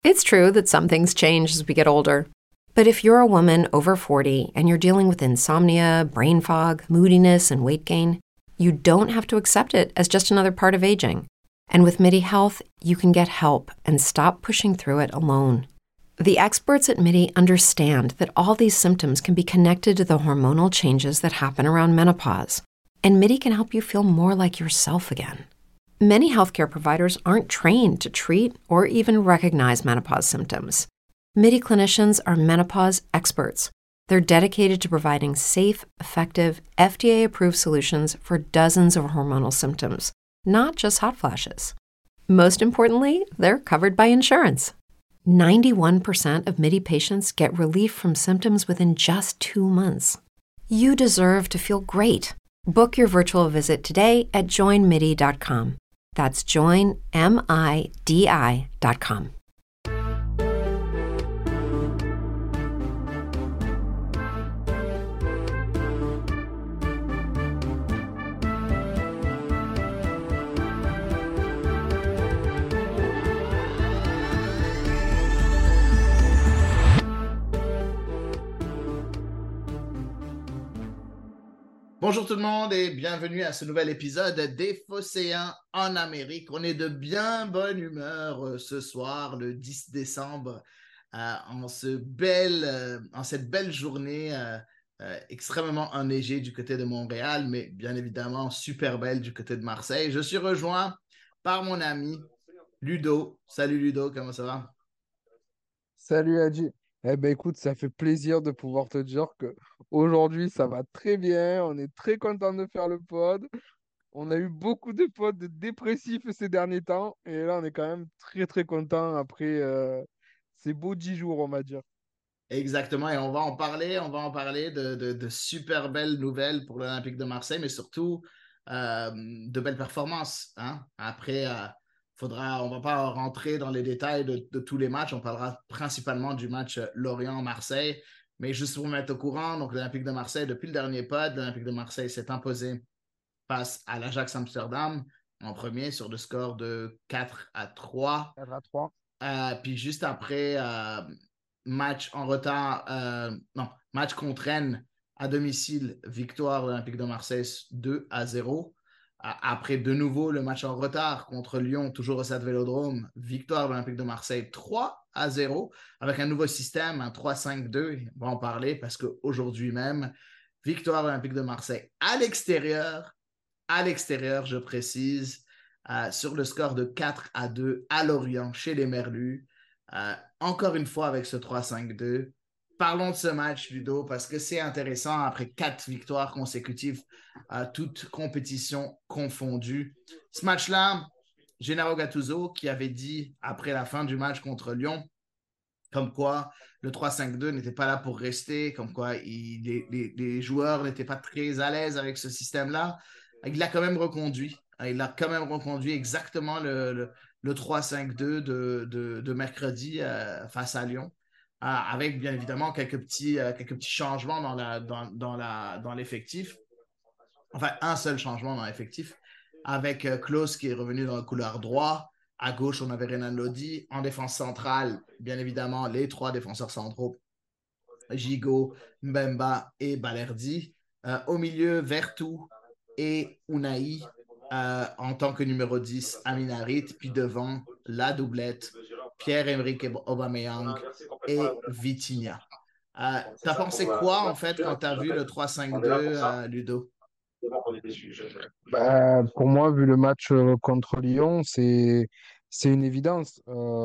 It's true that some things change as we get older. But if you're a woman over 40 and you're dealing with insomnia, brain fog, moodiness, and weight gain, you don't have to accept it as just another part of aging. And with MIDI Health, you can get help and stop pushing through it alone. The experts at MIDI understand that all these symptoms can be connected to the hormonal changes that happen around menopause, and MIDI can help you feel more like yourself again. Many healthcare providers aren't trained to treat or even recognize menopause symptoms. MIDI clinicians are menopause experts. They're dedicated to providing safe, effective, FDA-approved solutions for dozens of hormonal symptoms, not just hot flashes. Most importantly, they're covered by insurance. 91% of MIDI patients get relief from symptoms within just 2 months. You deserve to feel great. Book your virtual visit today at joinmidi.com. That's joinmidi.com. Bonjour tout le monde et bienvenue à ce nouvel épisode des Phocéens en Amérique. On est de bien bonne humeur ce soir, le 10 décembre, en cette belle journée extrêmement enneigée du côté de Montréal, mais bien évidemment super belle du côté de Marseille. Je suis rejoint par mon ami Ludo. Salut Ludo, comment ça va? Salut Adi. Eh ben écoute, ça fait plaisir de pouvoir te dire que aujourd'hui ça va très bien. On est très content de faire le pod. On a eu beaucoup de pods dépressifs ces derniers temps et là on est quand même très très content après ces beaux 10 jours, on va dire. Exactement, et on va en parler de super belles nouvelles pour l'Olympique de Marseille, mais surtout de belles performances, hein. Après, on va pas rentrer dans les détails de tous les matchs, on parlera principalement du match Lorient-Marseille, mais juste pour vous mettre au courant, donc l'Olympique de Marseille, depuis le dernier pod, l'Olympique de Marseille s'est imposé face à l'Ajax Amsterdam en premier sur le score de 4-3. 4-3. Puis juste après, match en retard, non, match contre Rennes à domicile, victoire de l'Olympique de Marseille 2-0. Après, de nouveau, le match en retard contre Lyon, toujours au Stade Vélodrome, victoire de l'Olympique de Marseille 3-0, avec un nouveau système, un 3-5-2. On va en parler parce qu'aujourd'hui même, victoire de l'Olympique de Marseille à l'extérieur, je précise, sur le score de 4-2 à Lorient, chez les Merlus. Encore une fois avec ce 3-5-2. Parlons de ce match, Ludo, parce que c'est intéressant après 4 victoires consécutives, toutes compétitions confondues. Ce match-là, Gennaro Gattuso qui avait dit après la fin du match contre Lyon, comme quoi le 3-5-2 n'était pas là pour rester, comme quoi les joueurs n'étaient pas très à l'aise avec ce système-là. Il l'a quand même reconduit. Il a quand même reconduit exactement le 3-5-2 de mercredi face à Lyon, avec bien évidemment quelques petits changements dans l'effectif. Enfin, un seul changement dans l'effectif, avec Klose qui est revenu dans le couloir droit. À gauche, on avait Renan Lodi. En défense centrale, bien évidemment, les 3 défenseurs centraux, Gigot, Mbemba et Balerdi. Au milieu, Vertou et Unai. En tant que numéro 10, Aminarit. Puis devant, la doublette, Pierre-Emerick Aubameyang et Vitinha. T'as pensé quoi, en fait, quand t'as vu le 3-5-2, Ludo? Pour moi, vu le match contre Lyon, c'est une évidence.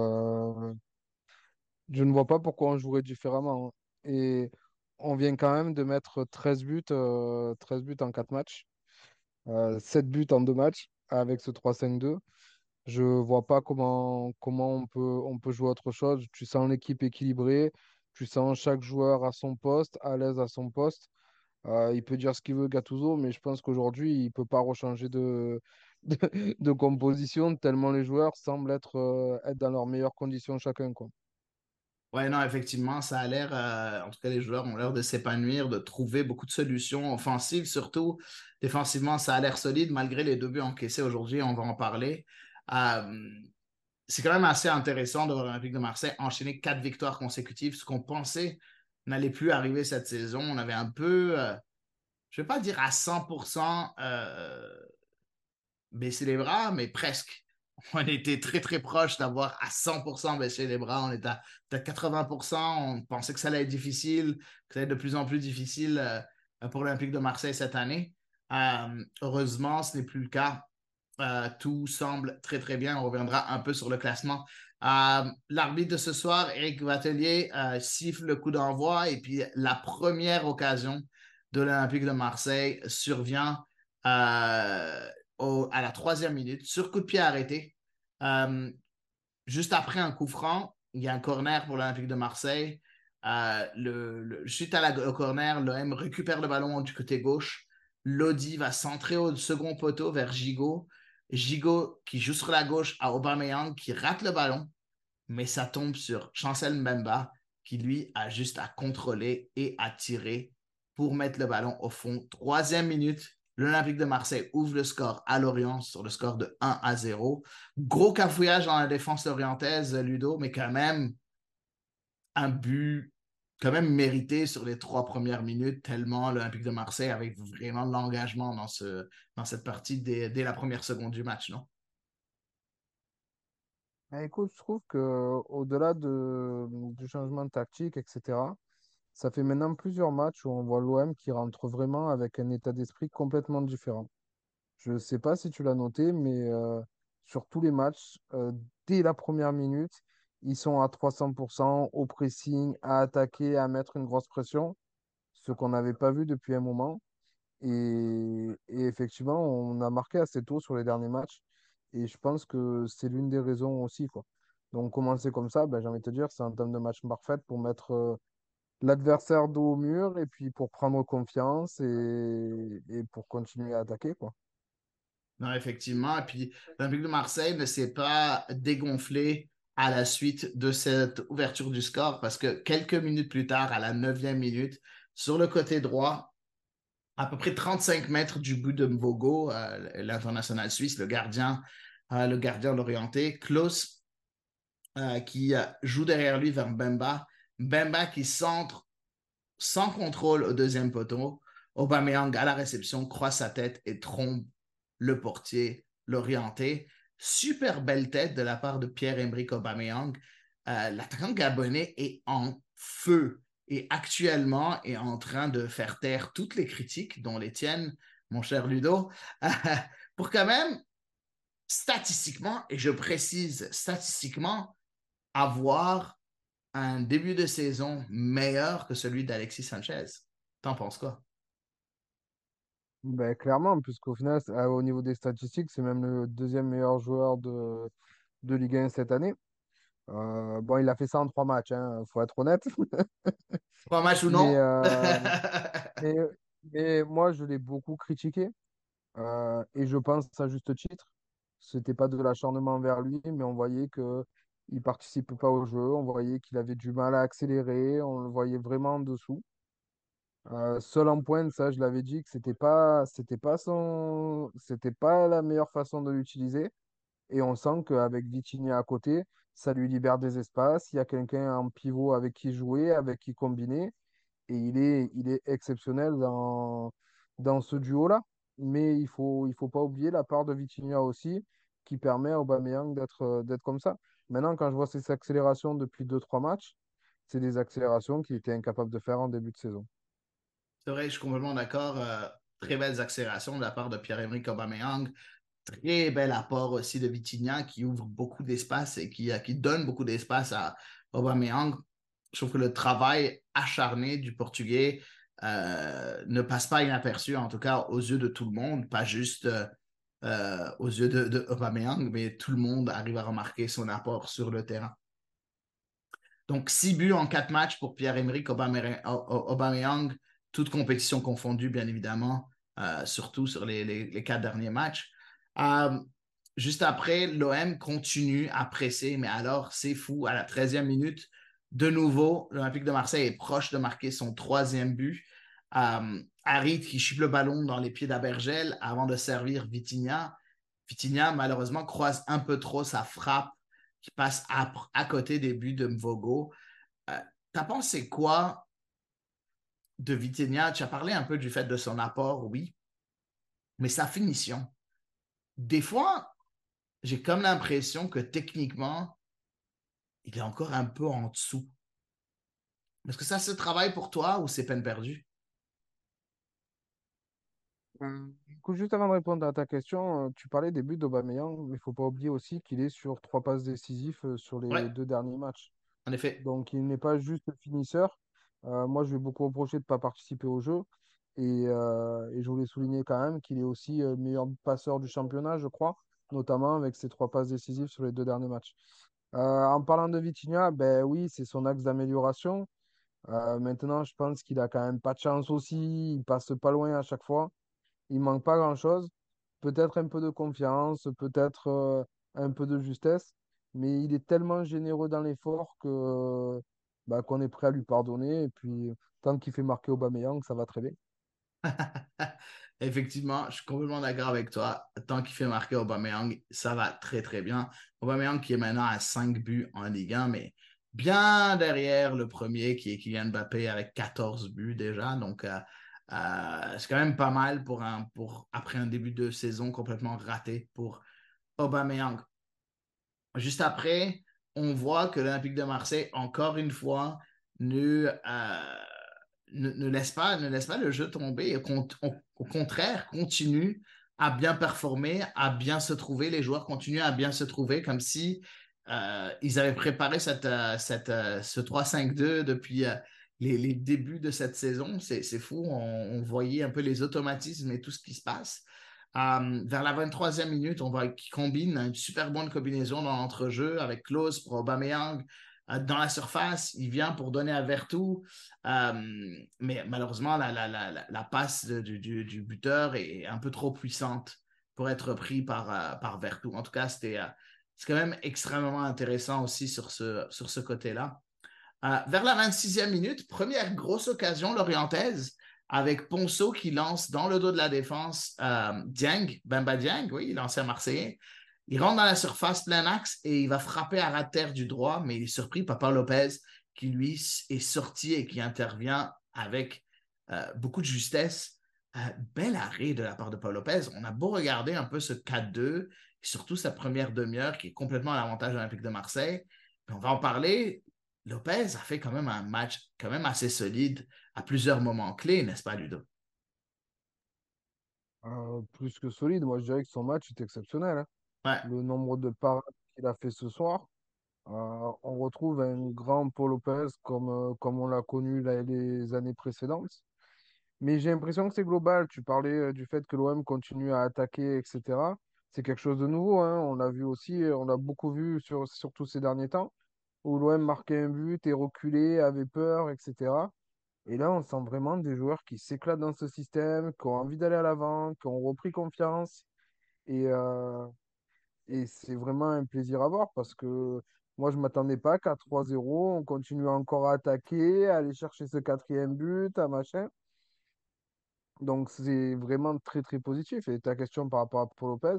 Je ne vois pas pourquoi on jouerait différemment, hein. Et on vient quand même de mettre 13 buts, 13 buts en 4 matchs, 7 buts en 2 matchs avec ce 3-5-2. Je vois pas comment on peut jouer autre chose. Tu sens l'équipe équilibrée, tu sens chaque joueur à son poste, à l'aise à son poste. Il peut dire ce qu'il veut, Gattuso, mais je pense qu'aujourd'hui, il peut pas rechanger de composition tellement les joueurs semblent être dans leurs meilleures conditions chacun, quoi. Ouais, non, effectivement, ça a l'air, en tout cas, les joueurs ont l'air de s'épanouir, de trouver beaucoup de solutions offensives, surtout défensivement, ça a l'air solide malgré les 2 buts encaissés aujourd'hui, on va en parler. Euh, c'est quand même assez intéressant de voir l'Olympique de Marseille enchaîner 4 victoires consécutives, ce qu'on pensait n'allait plus arriver cette saison. On avait un peu, je ne vais pas dire à 100% baissé les bras, mais presque. On était très, très proche d'avoir à 100% baissé les bras. On était à peut-être 80%. On pensait que ça allait être difficile, que ça allait être de plus en plus difficile pour l'Olympique de Marseille cette année. Heureusement, ce n'est plus le cas. Tout semble très, très bien. On reviendra un peu sur le classement. L'arbitre de ce soir, Éric Vatelier, siffle le coup d'envoi et puis la première occasion de l'Olympique de Marseille survient euh, à la 3e minute sur coup de pied arrêté. Euh, Juste après un coup franc, il y a un corner pour l'Olympique de Marseille. Suite à au corner, l'OM récupère le ballon du côté gauche. Lodi va centrer au second poteau vers Gigot. Gigot qui joue sur la gauche à Aubameyang qui rate le ballon, mais ça tombe sur Chancel Mbemba qui lui a juste à contrôler et à tirer pour mettre le ballon au fond. 3e minute, l'Olympique de Marseille ouvre le score à Lorient sur le score de 1-0. Gros cafouillage dans la défense lorientaise, Ludo, mais quand même un but quand même mérité sur les 3 premières minutes, tellement l'Olympique de Marseille avait vraiment de l'engagement dans cette partie dès la première seconde du match, non? Écoute, je trouve que au-delà du changement de tactique, etc., ça fait maintenant plusieurs matchs où on voit l'OM qui rentre vraiment avec un état d'esprit complètement différent. Je ne sais pas si tu l'as noté, mais sur tous les matchs, dès la première minute, ils sont à 300% au pressing, à attaquer, à mettre une grosse pression, ce qu'on n'avait pas vu depuis un moment. Et effectivement, on a marqué assez tôt sur les derniers matchs. Et je pense que c'est l'une des raisons aussi, quoi. Donc, commencer comme ça, ben, j'ai envie de te dire, c'est un temps de match parfait pour mettre l'adversaire dos au mur et puis pour prendre confiance et pour continuer à attaquer, quoi. Non, effectivement. Et puis, l'Olympique de Marseille ne s'est pas dégonflé à la suite de cette ouverture du score parce que quelques minutes plus tard, à la 9e minute, sur le côté droit, à peu près 35 mètres du but de Mvogo, l'international suisse, le gardien l'orienté, Klaus, qui joue derrière lui vers Mbemba. Mbemba qui centre sans contrôle au deuxième poteau. Aubameyang à la réception croise sa tête et trompe le portier, l'orienté. Super belle tête de la part de Pierre-Emerick Aubameyang. L'attaquant gabonais est en feu et actuellement est en train de faire taire toutes les critiques, dont les tiennes, mon cher Ludo, pour quand même, statistiquement, et je précise statistiquement, avoir un début de saison meilleur que celui d'Alexis Sanchez. T'en penses quoi? Ben, clairement, puisqu'au final, au niveau des statistiques, c'est même le deuxième meilleur joueur de Ligue 1 cette année. Bon, il a fait ça en 3 matchs, hein, faut être honnête. 3 matchs ou Mais, non? mais, mais moi, je l'ai beaucoup critiqué. Et je pense à juste titre. C'était pas de l'acharnement vers lui, mais on voyait que il participait pas au jeu. On voyait qu'il avait du mal à accélérer. On le voyait vraiment en dessous. Seul en pointe, ça, je l'avais dit que c'était pas la meilleure façon de l'utiliser. Et on sent qu'avec Vitinha à côté, ça lui libère des espaces. Il y a quelqu'un en pivot avec qui jouer, avec qui combiner. Et il est exceptionnel dans ce duo-là. Mais il faut pas oublier la part de Vitinha aussi, qui permet à Aubameyang d'être comme ça. Maintenant, quand je vois ces accélérations depuis 2 3 matchs, c'est des accélérations qu'il était incapable de faire en début de saison. C'est vrai, je suis complètement d'accord. Très belles accélérations de la part de Pierre-Emerick Aubameyang. Très bel apport aussi de Vitinha qui ouvre beaucoup d'espace et qui donne beaucoup d'espace à Aubameyang. Je trouve que le travail acharné du Portugais ne passe pas inaperçu, en tout cas aux yeux de tout le monde, pas juste aux yeux de Aubameyang, mais tout le monde arrive à remarquer son apport sur le terrain. Donc, 6 buts en 4 matchs pour Pierre-Emerick Aubameyang, toute compétition confondue, bien évidemment, surtout sur les 4 derniers matchs. Euh, Juste après, l'OM continue à presser, mais alors, c'est fou, à la 13e minute, de nouveau, l'Olympique de Marseille est proche de marquer son 3e but. Harit qui chute le ballon dans les pieds d'Abergel avant de servir Vitinha. Vitinha, malheureusement, croise un peu trop sa frappe qui passe à côté des buts de Mvogo. T'as pensé quoi de Vitinha? Tu as parlé un peu du fait de son apport, oui, mais sa finition. Des fois, j'ai comme l'impression que techniquement, il est encore un peu en dessous. Est-ce que ça se travaille pour toi ou c'est peine perdue? Écoute, juste avant de répondre à ta question, tu parlais des buts d'Aubameyang, mais il ne faut pas oublier aussi qu'il est sur 3 passes décisives sur Oui, les 2 derniers matchs. en effet. Donc, il n'est pas juste finisseur. Moi, je vais beaucoup reprocher de ne pas participer au jeu. Et je voulais souligner quand même qu'il est aussi meilleur passeur du championnat, je crois, notamment avec ses 3 passes décisives sur les 2 derniers matchs. En parlant de Vitinha, ben oui, c'est son axe d'amélioration. Maintenant, je pense qu'il a quand même pas de chance aussi. Il passe pas loin à chaque fois. Il manque pas grand-chose. Peut-être un peu de confiance, peut-être un peu de justesse, mais il est tellement généreux dans l'effort que bah, qu'on est prêt à lui pardonner. Et puis, tant qu'il fait marquer Aubameyang, ça va très bien. Effectivement, je suis complètement d'accord avec toi. Tant qu'il fait marquer Aubameyang, ça va très, très bien. Aubameyang qui est maintenant à 5 buts en Ligue 1, mais bien derrière le premier qui est Kylian Mbappé avec 14 buts déjà. Donc, c'est quand même pas mal après un début de saison complètement raté pour Aubameyang. Juste après, on voit que l'Olympique de Marseille, encore une fois, ne laisse pas le jeu tomber. Au contraire, continue à bien performer, à bien se trouver. Les joueurs continuent à bien se trouver comme si ils avaient préparé ce 3-5-2 depuis les débuts de cette saison. C'est fou. On voyait un peu les automatismes et tout ce qui se passe. Vers la 23e minute, on voit qu'il combine une super bonne combinaison dans l'entrejeu avec Klose pour Aubameyang. Dans la surface, il vient pour donner à Vertou. Mais malheureusement, la passe du buteur est un peu trop puissante pour être pris par Vertou. En tout cas, c'est quand même extrêmement intéressant aussi sur ce côté-là. Vers la 26e minute, première grosse occasion lorientaise avec Ponceau qui lance dans le dos de la défense Bamba Dieng, oui, l'ancien Marseillais. Il rentre dans la surface plein axe et il va frapper à ras de terre du droit, mais il est surpris par Pau Lopez qui, lui, est sorti et qui intervient avec beaucoup de justesse. Bel arrêt de la part de Pau Lopez. On a beau regarder un peu ce 4-2, et surtout sa première demi-heure qui est complètement à l'avantage de l'Olympique de Marseille. Puis on va en parler. Lopez a fait quand même un match quand même assez solide à plusieurs moments clés, n'est-ce pas, Ludo? Plus que solide, moi je dirais que son match est exceptionnel, hein. Ouais, Le nombre de parades qu'il a fait ce soir, on retrouve un grand Paul Lopez comme on l'a connu les années précédentes. Mais j'ai l'impression que c'est global. Tu parlais du fait que l'OM continue à attaquer, etc. C'est quelque chose de nouveau, hein. On l'a vu aussi, on l'a beaucoup vu surtout ces derniers temps, où l'OM marquait un but et reculait, avait peur, etc. Et là, on sent vraiment des joueurs qui s'éclatent dans ce système, qui ont envie d'aller à l'avant, qui ont repris confiance. Et, euh, et c'est vraiment un plaisir à voir parce que moi, je ne m'attendais pas qu'à 3-0, on continue encore à attaquer, à aller chercher ce quatrième but, à machin. Donc, c'est vraiment très, très positif. Et ta question par rapport à Paul Lopez,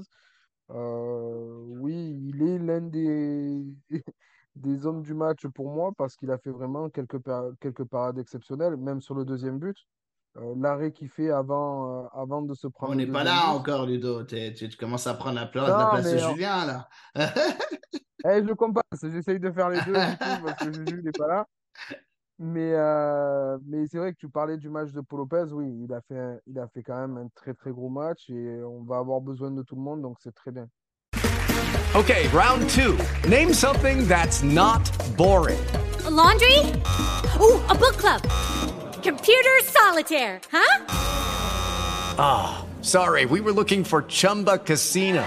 oui, il est l'un des hommes du match pour moi parce qu'il a fait vraiment quelques parades exceptionnelles, même sur le deuxième but. L'arrêt qu'il fait avant de se on prendre le n'est pas deuxième là but. encore, Ludo. Tu commences à prendre la Non, place de mais Julien, là. je le compasse. J'essaye de faire les deux, du coup, parce que Juju n'est pas là. Mais c'est vrai que tu parlais du match de Paul Lopez. Oui, il a fait quand même un très, très gros match et on va avoir besoin de tout le monde, donc c'est très bien. Okay, round two. Name something that's not boring. A laundry? Ooh, a book club. Computer solitaire, huh? Ah, sorry, we were looking for Chumba Casino.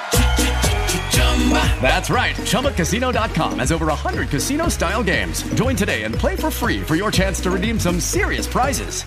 That's right. ChumbaCasino.com has over 100 casino-style games. Join today and play for free for your chance to redeem some serious prizes.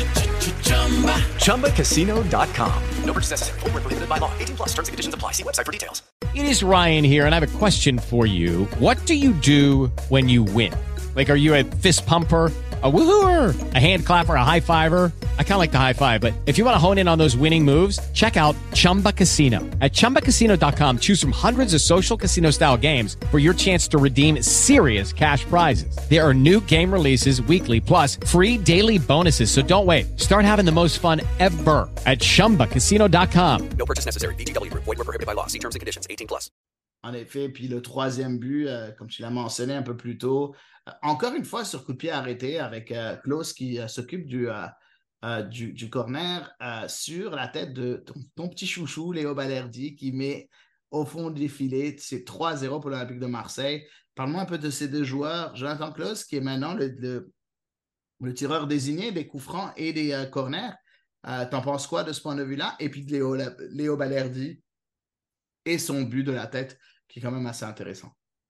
ChumbaCasino.com. No purchase necessary. Void where prohibited by law. 18 plus. Terms and conditions apply. See website for details. It is Ryan here, and I have a question for you. What do you do when you win? Like, are you a fist pumper? A woohooer, a hand clapper, a high fiver. I kind of like the high five, but if you want to hone in on those winning moves, check out Chumba Casino. At ChumbaCasino.com, choose from hundreds of social casino style games for your chance to redeem serious cash prizes. There are new game releases weekly, plus free daily bonuses. So don't wait. Start having the most fun ever at ChumbaCasino.com. No purchase necessary. VGW Group. Void where prohibited by law. See terms and conditions. 18+. En effet, puis le troisième but, comme tu l'as mentionné un peu plus tôt, encore une fois sur coup de pied arrêté avec Klose qui s'occupe du corner sur la tête de ton petit chouchou, Léo Balerdi, qui met au fond du filet. C'est 3-0 pour l'Olympique de Marseille. Parle-moi un peu de ces deux joueurs. Jonathan Klose, qui est maintenant le tireur désigné des coups francs et des corners. T'en penses quoi de ce point de vue-là? Et puis de Léo Balerdi et son but de la tête, qui est quand même assez intéressant.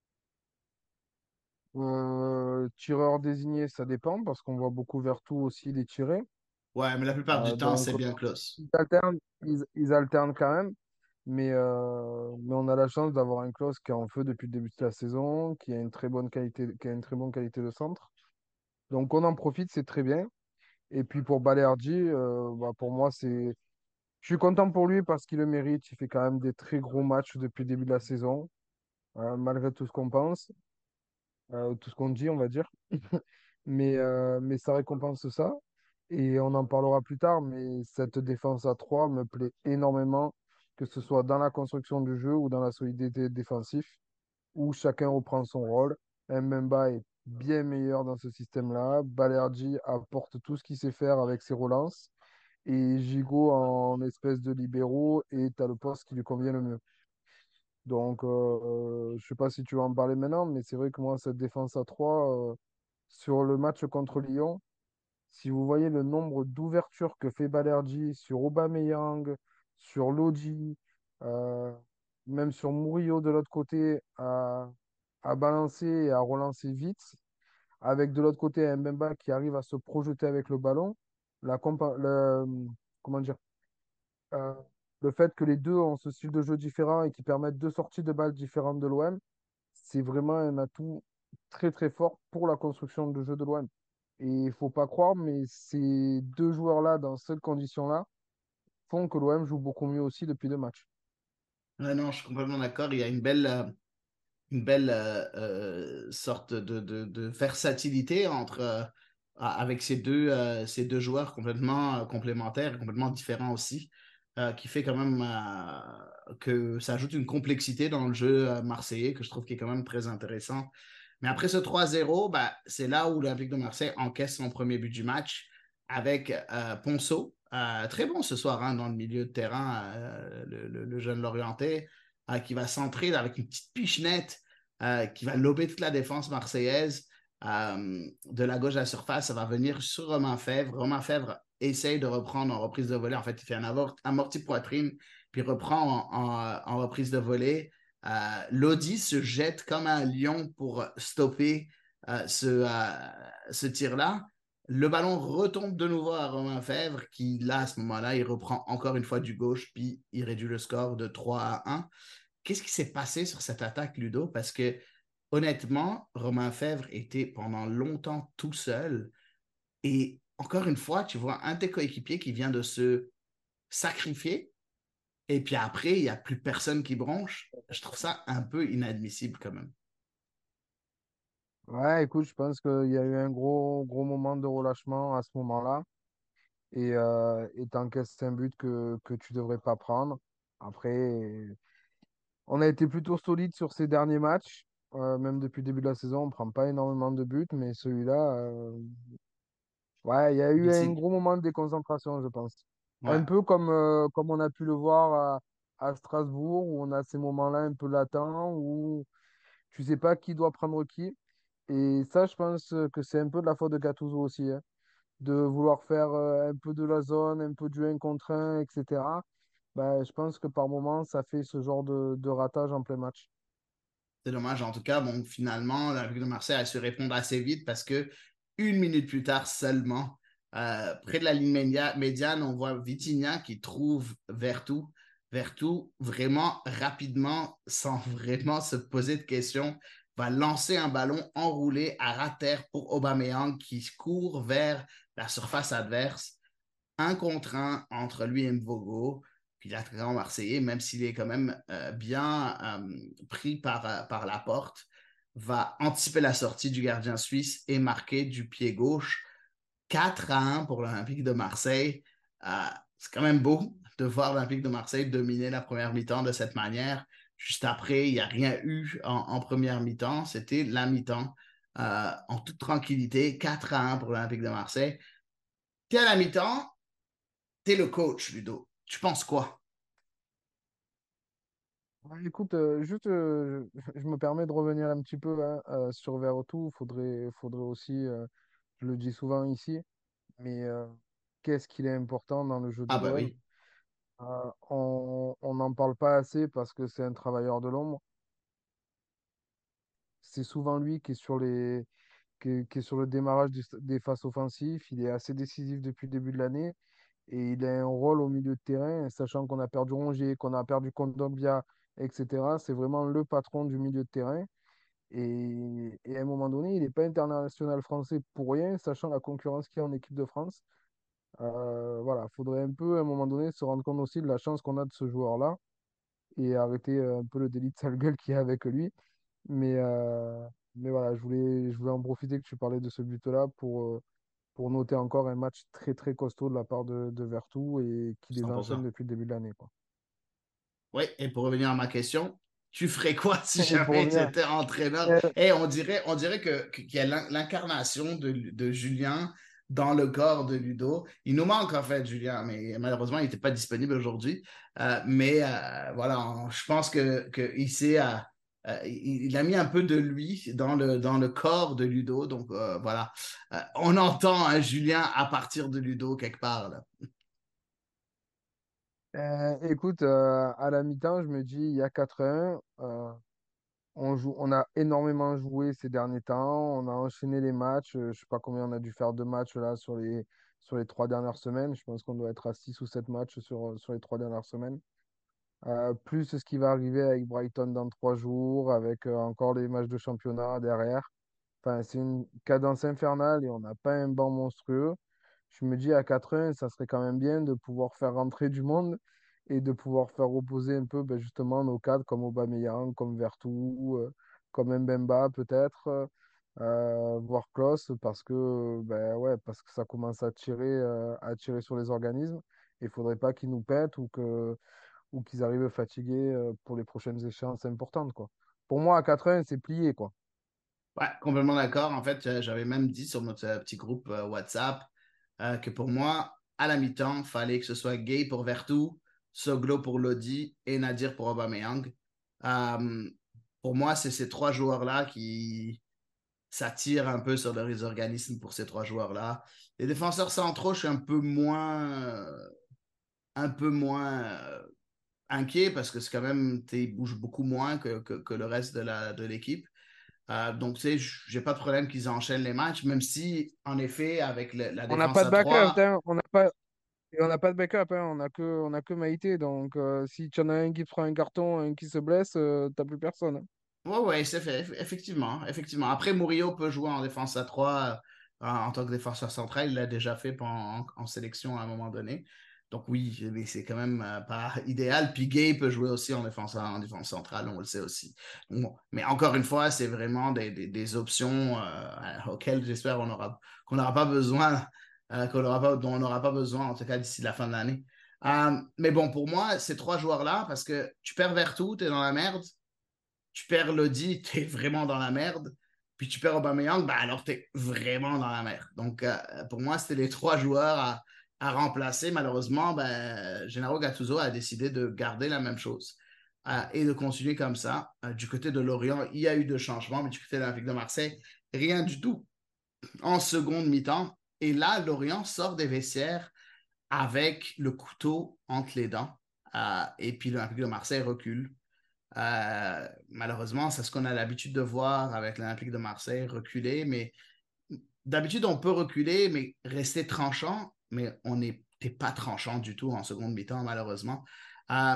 Tireur désigné, ça dépend parce qu'on voit beaucoup Vertou aussi les tirer. Ouais, mais la plupart du temps, c'est bien Klose. Ils alternent quand même, mais on a la chance d'avoir un Klose qui est en feu depuis le début de la saison, qui a une très bonne qualité, qui a une très bonne qualité de centre. Donc on en profite, c'est très bien. Et puis pour Balerdi, pour moi, je suis content pour lui parce qu'il le mérite. Il fait quand même des très gros matchs depuis le début de la saison, malgré tout ce qu'on pense, tout ce qu'on dit, on va dire. Mais ça récompense ça. Et on en parlera plus tard, mais cette défense à 3 me plaît énormément, que ce soit dans la construction du jeu ou dans la solidité défensive, où chacun reprend son rôle. Mbemba est bien meilleur dans ce système-là. Balerdi apporte tout ce qu'il sait faire avec ses relances. Et Gigot en espèce de libéraux est à le poste qui lui convient le mieux. Donc, je ne sais pas si tu vas en parler maintenant, mais c'est vrai que moi, cette défense à 3 sur le match contre Lyon, si vous voyez le nombre d'ouvertures que fait Balerdi sur Aubameyang, sur Lodi, euh, même sur Murillo de l'autre côté, à balancer et à relancer vite, avec de l'autre côté un Mbemba qui arrive à se projeter avec le ballon, comment dire, euh, le fait que les deux ont ce style de jeu différent et qui permettent deux sorties de balles différentes de l'OM, c'est vraiment un atout très très fort pour la construction de jeu de l'OM. Et il faut pas croire, mais ces deux joueurs-là, dans ces conditions-là, font que l'OM joue beaucoup mieux aussi depuis deux matchs. Ouais, non, je suis complètement d'accord. Il y a une belle sorte de versatilité avec ces deux joueurs complètement complémentaires et complètement différents aussi, qui fait quand même que ça ajoute une complexité dans le jeu marseillais que je trouve qui est quand même très intéressant. Mais après ce 3-0, c'est là où l'Olympique de Marseille encaisse son premier but du match avec Ponceau. Très bon ce soir dans le milieu de terrain, le jeune Lorientais, qui va centrer avec une petite pichenette, qui va lober toute la défense marseillaise de la gauche à la surface. Ça va venir sur Romain Fèvre. Romain Fèvre essaye de reprendre en reprise de volée. En fait, il fait un amorti poitrine, puis reprend en reprise de volée. Lodi se jette comme un lion pour stopper ce tir-là. Le ballon retombe de nouveau à Romain Fèvre qui, là, à ce moment-là, il reprend encore une fois du gauche, puis il réduit le score de 3-1. Qu'est-ce qui s'est passé sur cette attaque, Ludo? Parce que, honnêtement, Romain Fèvre était pendant longtemps tout seul. Et encore une fois, tu vois un de tes coéquipiers qui vient de se sacrifier. Et puis après, il n'y a plus personne qui bronche. Je trouve ça un peu inadmissible quand même. Ouais, écoute, je pense qu'il y a eu un gros, gros moment de relâchement à ce moment-là. Et t'encaisses un but que tu devrais pas prendre. Après, on a été plutôt solide sur ces derniers matchs. Même depuis le début de la saison, on prend pas énormément de buts, mais celui-là, ouais, il y a eu un Ici, gros moment de déconcentration, je pense. Un ouais. peu comme on a pu le voir à Strasbourg, où on a ces moments-là un peu latents, où tu sais pas qui doit prendre qui. Et ça, je pense que c'est un peu de la faute de Gattuso aussi, hein, de vouloir faire un peu de la zone, un peu du 1 contre 1, etc. Ben, je pense que par moment, ça fait ce genre de ratage en plein match. C'est dommage. En tout cas, bon, finalement, l'Olympique de Marseille a su répondre assez vite parce que 1 minute plus tard seulement, près de la ligne médiane, on voit Vitinha qui trouve Vertu. Vertu, vraiment rapidement, sans vraiment se poser de questions, va lancer un ballon enroulé à ras terre pour Aubameyang qui court vers la surface adverse. 1 contre 1 entre lui et Mvogo. Puis l'attaquant marseillais, même s'il est quand même bien pris par la porte, va anticiper la sortie du gardien suisse et marquer du pied gauche 4-1 pour l'Olympique de Marseille. C'est quand même beau de voir l'Olympique de Marseille dominer la première mi-temps de cette manière. Juste après, il n'y a rien eu en première mi-temps. C'était la mi-temps en toute tranquillité. 4-1 pour l'Olympique de Marseille. T'es à la mi-temps, t'es le coach, Ludo. Tu penses quoi? Ouais, écoute, juste, je me permets de revenir un petit peu hein, sur Verretou. Faudrait aussi, je le dis souvent ici, mais qu'est-ce qu'il est important dans le jeu de Ah bah l'OM? oui. On n'en parle pas assez parce que c'est un travailleur de l'ombre. C'est souvent lui qui est qui est sur le démarrage des phases offensives. Il est assez décisif depuis le début de l'année et il a un rôle au milieu de terrain, sachant qu'on a perdu Rongier, qu'on a perdu Kondogbia, etc. C'est vraiment le patron du milieu de terrain. Et à un moment donné, il n'est pas international français pour rien, sachant la concurrence qu'il y a en équipe de France. Voilà, il faudrait un peu, à un moment donné, se rendre compte aussi de la chance qu'on a de ce joueur-là et arrêter un peu le délit de sale gueule qu'il y a avec lui. Mais, euh, mais voilà, je voulais en profiter que tu parlais de ce but-là pour noter encore un match très très costaud de la part de Vertou et qui les enchaîne 100%. depuis le début de l'année, quoi. Oui, et pour revenir à ma question, tu ferais quoi si Et pour jamais tu revenir, étais entraîneur? euh, Et on dirait qu'il y a l'incarnation de Julien dans le corps de Ludo. Il nous manque en fait, Julien, mais malheureusement, il n'était pas disponible aujourd'hui. Mais voilà, je pense que il a mis un peu de lui dans le corps de Ludo. Donc voilà. On entend un Julien à partir de Ludo quelque part, là. écoute, à la mi-temps, je me dis, il y a 4-1. On a énormément joué ces derniers temps. On a enchaîné les matchs. Je sais pas combien on a dû faire de matchs là sur les 3 dernières semaines. Je pense qu'on doit être à 6 ou 7 matchs sur les 3 dernières semaines. Plus ce qui va arriver avec Brighton dans 3 jours, avec encore les matchs de championnat derrière. Enfin, c'est une cadence infernale et on n'a pas un banc monstrueux. Je me dis à 4-1, ça serait quand même bien de pouvoir faire rentrer du monde et de pouvoir faire reposer un peu ben, justement nos cadres comme Aubameyang, comme Vertou, comme Mbemba peut-être, voire Klose, parce que, ben, ouais, parce que ça commence à tirer sur les organismes. Il ne faudrait pas qu'ils nous pètent ou qu'ils arrivent fatigués pour les prochaines échéances importantes, quoi. Pour moi, à 4-1, c'est plié, quoi. Ouais, complètement d'accord. En fait, j'avais même dit sur notre petit groupe WhatsApp que pour moi, à la mi-temps, il fallait que ce soit Gay pour Vertou, Soglo pour Lodi et Nadir pour Aubameyang. Euh, pour moi, c'est ces 3 joueurs-là qui s'attirent un peu sur les organismes pour ces 3 joueurs-là. Les défenseurs centraux, je suis un peu moins inquiet parce que c'est quand même, ils bougent beaucoup moins que le reste de l'équipe. Donc, tu sais, j'ai pas de problème qu'ils enchaînent les matchs, même si, en effet, avec la On n'a défense pas de à backup, 3, hein. On n'a pas de backup, hein. On a que Maïté. Donc, si tu en as un qui prend un carton, un qui se blesse, t'as plus personne, hein. ouais, ouais, c'est fait, effectivement, effectivement. Après, Murillo peut jouer en défense à 3 en tant que défenseur central. Il l'a déjà fait en sélection à un moment donné. Donc, oui, mais c'est quand même pas idéal. Puis Gay peut jouer aussi en défense centrale, on le sait aussi. Bon, mais encore une fois, c'est vraiment des options auxquelles j'espère qu'on n'aura pas besoin, dont on n'aura pas besoin, en tout cas d'ici la fin de l'année. Mais bon, pour moi, ces 3 joueurs-là, parce que tu perds Vertou, tu es dans la merde. Tu perds Lodi, t'es vraiment dans la merde. Puis tu perds Aubameyang, ben alors t'es vraiment dans la merde. Donc pour moi, c'était les 3 joueurs à remplacer. Malheureusement, ben, Gennaro Gattuso a décidé de garder la même chose et de continuer comme ça. Du côté de Lorient, il y a eu de changements, mais du côté de l'Olympique de Marseille, rien du tout en seconde mi-temps. Et là, Lorient sort des vestiaires avec le couteau entre les dents. Et puis l'Olympique de Marseille recule. Malheureusement, c'est ce qu'on a l'habitude de voir avec l'Olympique de Marseille, reculer. Mais d'habitude, on peut reculer, mais rester tranchant. Mais on n'était pas tranchant du tout en seconde mi-temps, malheureusement. Euh,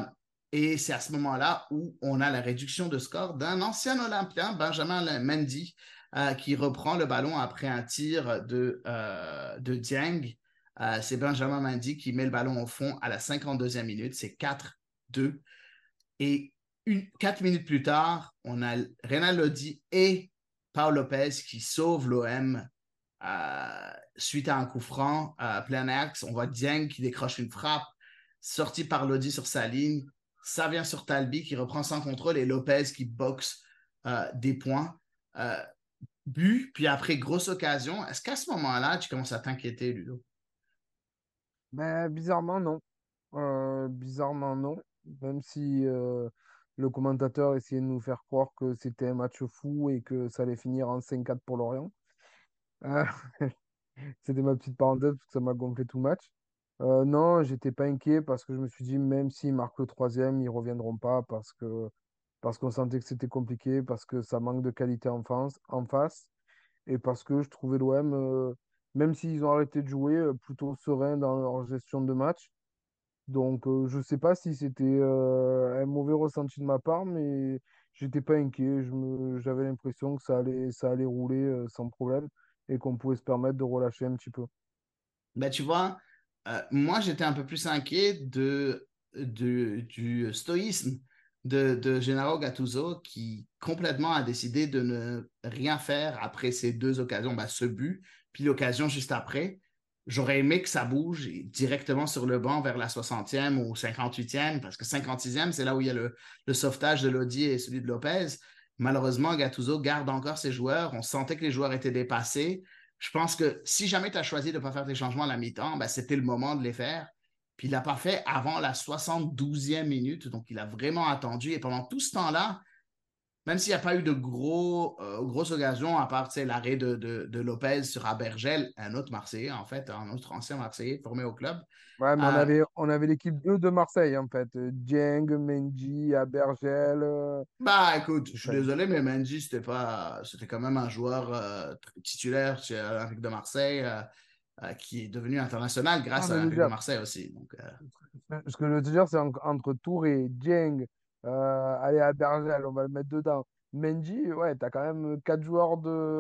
Et c'est à ce moment-là où on a la réduction de score d'un ancien Olympien, Benjamin Mendy, qui reprend le ballon après un tir de Dieng. C'est Benjamin Mendy qui met le ballon au fond à la 52e minute. C'est 4-2. Et 4 minutes plus tard, on a Renan Lodi et Paul Lopez qui sauvent l'OM suite à un coup franc plein axe. On voit Dieng qui décroche une frappe, sortie par Lodi sur sa ligne. Ça vient sur Talbi qui reprend sans contrôle et Lopez qui boxe des points. But, puis après, grosse occasion. Est-ce qu'à ce moment-là, tu commences à t'inquiéter, Ludo? Ben, bizarrement, non. Bizarrement, non. Même si le commentateur essayait de nous faire croire que c'était un match fou et que ça allait finir en 5-4 pour Lorient. Euh, C'était ma petite parenthèse parce que ça m'a gonflé tout le match. Non, j'étais pas inquiet parce que je me suis dit, même s'ils marquent le troisième, ils reviendront pas parce qu'on sentait que c'était compliqué, parce que ça manque de qualité en face et parce que je trouvais l'OM, même s'ils ont arrêté de jouer, plutôt serein dans leur gestion de match. Donc, je sais pas si c'était un mauvais ressenti de ma part, mais j'étais pas inquiet. J'avais l'impression que ça allait rouler sans problème et qu'on pouvait se permettre de relâcher un petit peu. Ben, tu vois, moi, j'étais un peu plus inquiet du stoïsme de Gennaro Gattuso qui complètement a décidé de ne rien faire après ces deux occasions, ben, ce but, puis l'occasion juste après. J'aurais aimé que ça bouge directement sur le banc vers la 60e ou 58e, parce que 56e, c'est là où il y a le sauvetage de Lodi et celui de Lopez. Malheureusement, Gattuso garde encore ses joueurs. On sentait que les joueurs étaient dépassés. Je pense que si jamais tu as choisi de ne pas faire tes changements à la mi-temps, ben, c'était le moment de les faire. Puis il ne l'a pas fait avant la 72e minute. Donc, il a vraiment attendu. Et pendant tout ce temps-là, même s'il n'y a pas eu de grosses occasions, à part l'arrêt de Lopez sur Abergel, un autre Marseillais, en fait, un autre ancien Marseillais formé au club. Ouais, mais Euh, on avait l'équipe 2 de Marseille, en fait. Dieng, Mendy, Abergel. Bah, écoute, je suis Enfin, désolé, mais Mendy, c'était quand même un joueur titulaire chez l'Olympique de Marseille qui est devenu international non, grâce à mais je veux l'Olympique de dire, Marseille aussi. Donc, ce que je veux te dire, c'est entre Touré, Dieng, allez, Abergel, on va le mettre dedans. Mendy, ouais, t'as quand même 4 joueurs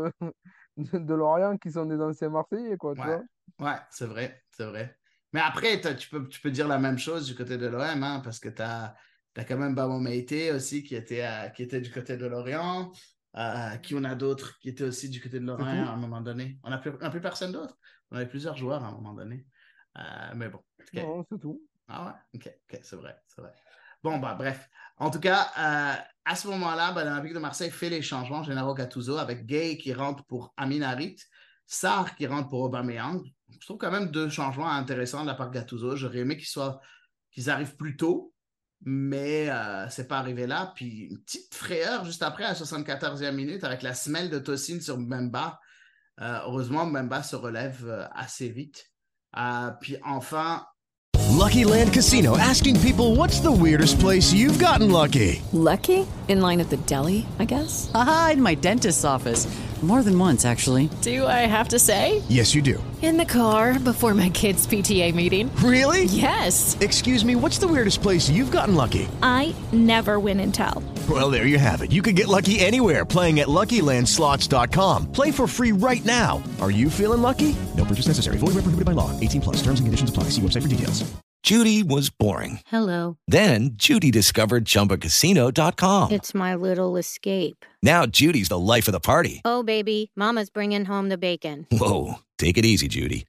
de Lorient qui sont des anciens Marseillais, quoi, tu ouais, vois. ouais, c'est vrai, c'est vrai. Mais après, tu peux dire la même chose du côté de l'OM, hein, parce que tu as quand même Bamo Meïté aussi qui était du côté de Lorient. Qui on a d'autres qui étaient aussi du côté de C'est Lorient tout. à un moment donné. On n'a plus personne d'autre. On avait plusieurs joueurs à un moment donné. Mais bon, OK. Non, c'est tout. Ah ouais? OK, c'est vrai, c'est vrai. Bon, bah, bref. En tout cas, à ce moment-là, ben, l'Olympique de Marseille fait les changements. Gennaro Gattuso avec Gay qui rentre pour Amin Harit, Sarr qui rentre pour Aubameyang. Je trouve quand même deux changements intéressants de la part de Gattuso. J'aurais aimé qu'ils arrivent plus tôt, mais c'est pas arrivé là. Puis une petite frayeur juste après, à la 74e minute, avec la semelle de Tosin sur Mbemba. Heureusement, Mbemba se relève assez vite. Puis enfin, Lucky Land Casino asking people, what's the weirdest place you've gotten lucky? Lucky? In line at the deli, I guess? Aha, in my dentist's office. More than once, actually. Do I have to say? Yes, you do. In the car before my kids' PTA meeting. Really? Yes. Excuse me, what's the weirdest place you've gotten lucky? I never win and tell. Well, there you have it. You can get lucky anywhere, playing at LuckyLandSlots.com. Play for free right now. Are you feeling lucky? No purchase necessary. Void where prohibited by law. 18 plus. Terms and conditions apply. See website for details. Judy was boring. Hello. Then Judy discovered ChumbaCasino.com. It's my little escape. Now Judy's the life of the party. Oh, baby, mama's bringing home the bacon. Whoa, take it easy, Judy.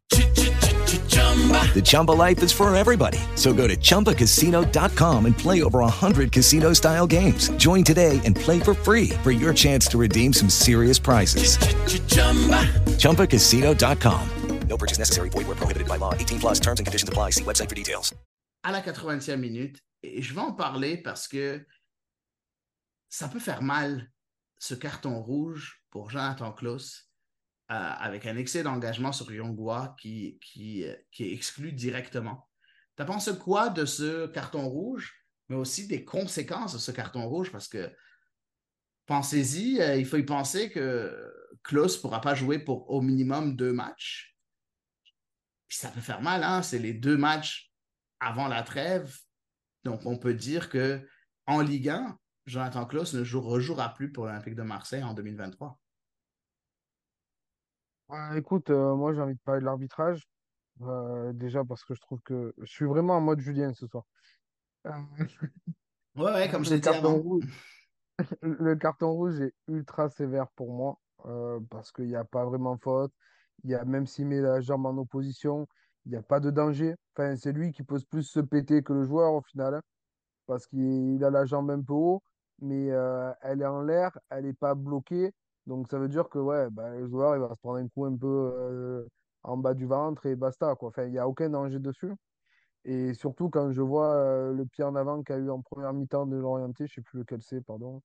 The Chumba life is for everybody. So go to ChumbaCasino.com and play over 100 casino-style games. Join today and play for free for your chance to redeem some serious prizes. ChumbaCasino.com. No purchase necessary. Void where prohibited by law. 18 plus terms and conditions apply. See website for details. À la 80e minute, et je vais en parler parce que ça peut faire mal, ce carton rouge pour Jonathan Klaus, avec un excès d'engagement sur Yongwa qui est exclu directement. Tu as pensé quoi de ce carton rouge, mais aussi des conséquences de ce carton rouge? Parce que, pensez-y, il faut y penser que Klaus ne pourra pas jouer pour au minimum 2 matchs. Puis ça peut faire mal, hein? C'est les 2 matchs avant la trêve. Donc, on peut dire que en Ligue 1, Jonathan Klaus ne rejouera plus pour l'Olympique de Marseille en 2023. Écoute, moi j'ai envie de parler de l'arbitrage. Déjà parce que je trouve que je suis vraiment en mode Julien ce soir. Euh, Ouais, comme je le l'ai dit carton avant. rouge, le carton rouge est ultra sévère pour moi parce qu'il n'y a pas vraiment faute. Il y a, même s'il met la jambe en opposition, il n'y a pas de danger. Enfin, c'est lui qui peut plus se péter que le joueur au final, hein, parce qu'il a la jambe un peu haut, mais elle est en l'air, elle n'est pas bloquée. Donc ça veut dire que ouais, bah, le joueur il va se prendre un coup un peu en bas du ventre et basta, quoi. Enfin, il n'y a aucun danger dessus. Et surtout quand je vois le pied en avant qu'a eu en première mi-temps de l'orienté, je sais plus lequel c'est, pardon,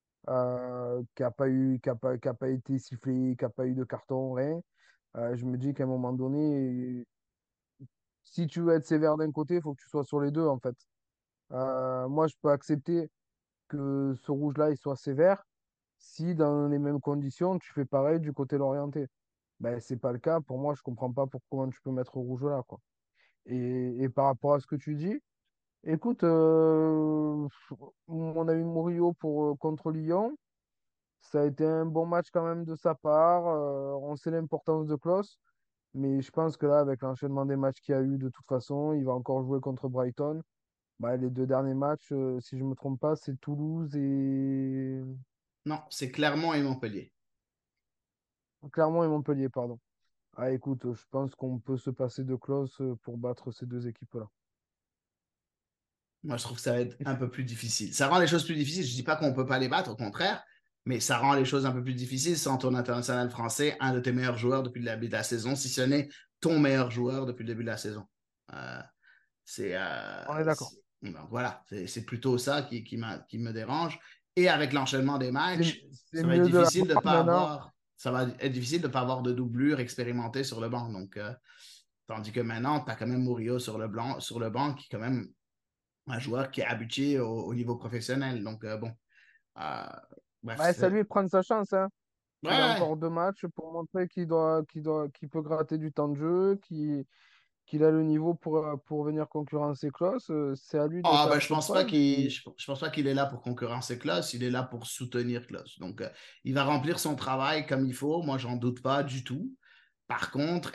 qui a pas été sifflé, qui n'a pas eu de carton, rien. Je me dis qu'à un moment donné, si tu veux être sévère d'un côté, il faut que tu sois sur les deux, en fait. Moi, je peux accepter que ce rouge-là, il soit sévère si dans les mêmes conditions, tu fais pareil du côté l'orienté. Ben, c'est pas le cas. Pour moi, je comprends pas pourquoi tu peux mettre rouge là, quoi. Et par rapport à ce que tu dis, écoute, on a eu Murillo contre Lyon. Ça a été un bon match quand même de sa part. On sait l'importance de Klose. Mais je pense que là, avec l'enchaînement des matchs qu'il y a eu, de toute façon, il va encore jouer contre Brighton. Bah, les deux derniers matchs, si je ne me trompe pas, c'est Toulouse et Non, c'est Clermont et Montpellier. Clermont et Montpellier, pardon. Ah, écoute, je pense qu'on peut se passer de Klose pour battre ces deux équipes-là. Moi, je trouve que ça va être un peu plus difficile. Ça rend les choses plus difficiles. Je ne dis pas qu'on ne peut pas les battre, au contraire, mais ça rend les choses un peu plus difficiles sans ton international français, un de tes meilleurs joueurs depuis le début de la saison, si ce n'est ton meilleur joueur depuis le début de la saison. Euh, On est d'accord. donc voilà, c'est plutôt ça qui me dérange. Et avec l'enchaînement des C'est matchs, c'est ça va être mieux de difficile de l'avoir pas maintenant. avoir, ça va être difficile de pas avoir de doublure expérimentée sur le banc. Donc, tandis que maintenant, tu as quand même Murillo sur le banc qui est quand même un joueur qui est habitué au niveau professionnel. Donc, bon, euh, bref, Ouais, ça lui de prendre sa chance, hein. ouais, Il a ouais. encore deux matchs pour montrer qu'il peut gratter du temps de jeu, qu'il a le niveau pour venir concurrencer Klose. C'est à lui de Ah, ben, faire ses preuves. je pense pas qu'il est là pour concurrencer Klose, il est là pour soutenir Klose. Donc, il va remplir son travail comme il faut. Moi, j'en doute pas du tout. Par contre,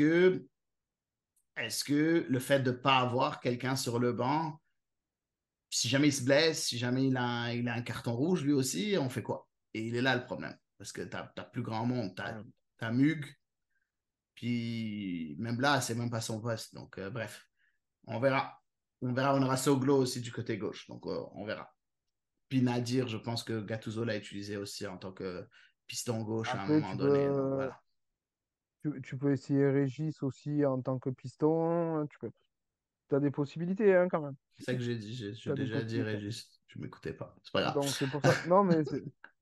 est-ce que le fait de ne pas avoir quelqu'un sur le banc, si jamais il se blesse, si jamais il a un carton rouge lui aussi, on fait quoi? Et il est là le problème. Parce que tu n'as plus grand monde. Tu as Mug, puis même là, c'est même pas son poste. Donc, bref, on verra. On verra, on aura Soglo aussi du côté gauche. Donc, on verra. Puis Nadir, je pense que Gattuso l'a utilisé aussi en tant que piston gauche à un Après, moment donné. Donc, voilà. tu peux essayer Régis aussi en tant que piston. Tu as des possibilités, hein, quand même. C'est ça que j'ai dit. J'ai Tu as des déjà dit, possibilités. Régis. Tu m'écoutais pas. C'est pas grave. Donc, c'est pour ça. Non, mais c'est.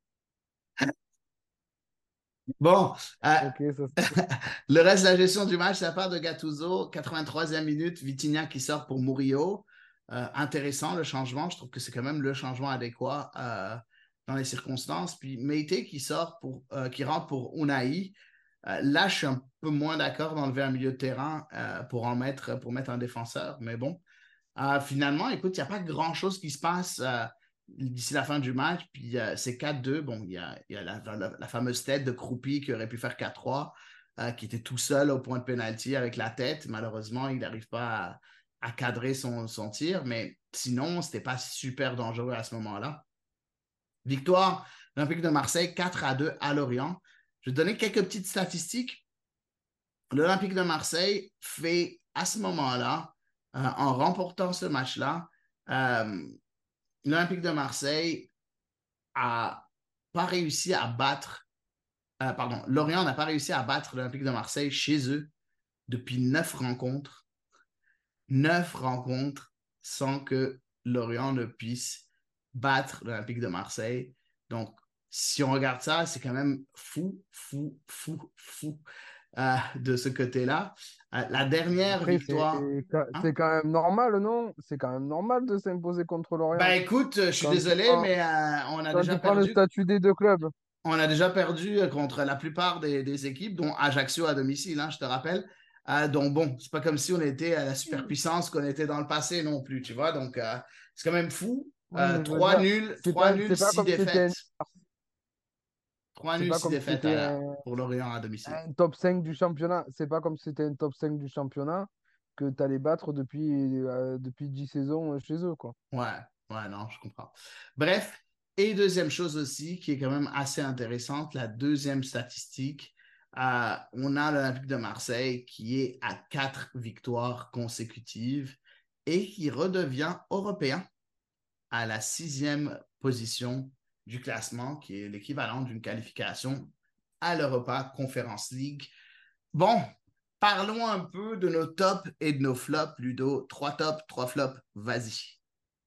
Bon, Ok, ça. le reste de la gestion du match, ça part de Gattuso. 83e minute, Vitinha qui sort pour Murillo. Intéressant le changement. Je trouve que c'est quand même le changement adéquat dans les circonstances. Puis Meite qui rentre pour Unai. Là, je suis un peu moins d'accord d'enlever un milieu de terrain pour mettre un défenseur. Mais bon, finalement, écoute, il n'y a pas grand-chose qui se passe d'ici la fin du match. Puis c'est 4-2. Bon, il y a la fameuse tête de Croupi qui aurait pu faire 4-3, qui était tout seul au point de pénalty avec la tête. Malheureusement, il n'arrive pas à cadrer son tir. Mais sinon, ce n'était pas super dangereux à ce moment-là. Victoire Olympique de Marseille 4-2 à Lorient. Je vais te donner quelques petites statistiques. L'Olympique de Marseille fait à ce moment-là, en remportant ce match-là, l'Olympique de Marseille a pas réussi à battre, pardon, Lorient n'a pas réussi à battre l'Olympique de Marseille chez eux depuis 9 rencontres. 9 rencontres sans que Lorient ne puisse battre l'Olympique de Marseille. Donc, si on regarde ça, c'est quand même fou de ce côté-là. La dernière Après, victoire. Hein? c'est quand même normal, non? C'est quand même normal de s'imposer contre Ben l'Orient. écoute, je suis Quand tu désolé, prends, mais on a quand déjà tu prends le perdu. statut des deux clubs. On a déjà perdu contre la plupart des équipes, dont Ajaccio à domicile, hein, je te rappelle. Donc bon, c'est pas comme si on était à la superpuissance qu'on était dans le passé non plus, tu vois. Donc c'est quand même fou. Oui, mais je veux 3 dire, nuls, c'est 3 pas, nuls, c'est pas 6 comme si c'était défaites. 3 c'est nuls, pas 6 comme si défaites c'était pour Lorient à domicile. un top 5 du championnat. C'est pas comme si c'était un top 5 du championnat que tu allais battre depuis 10 saisons chez eux, quoi. Ouais, non, je comprends. Bref, et deuxième chose aussi qui est quand même assez intéressante, la deuxième statistique, on a l'Olympique de Marseille qui est à 4 victoires consécutives et qui redevient européen à la 6e position du classement, qui est l'équivalent d'une qualification à l'Europa Conference League. Bon, parlons un peu de nos tops et de nos flops, Ludo. 3 tops, 3 flops, vas-y.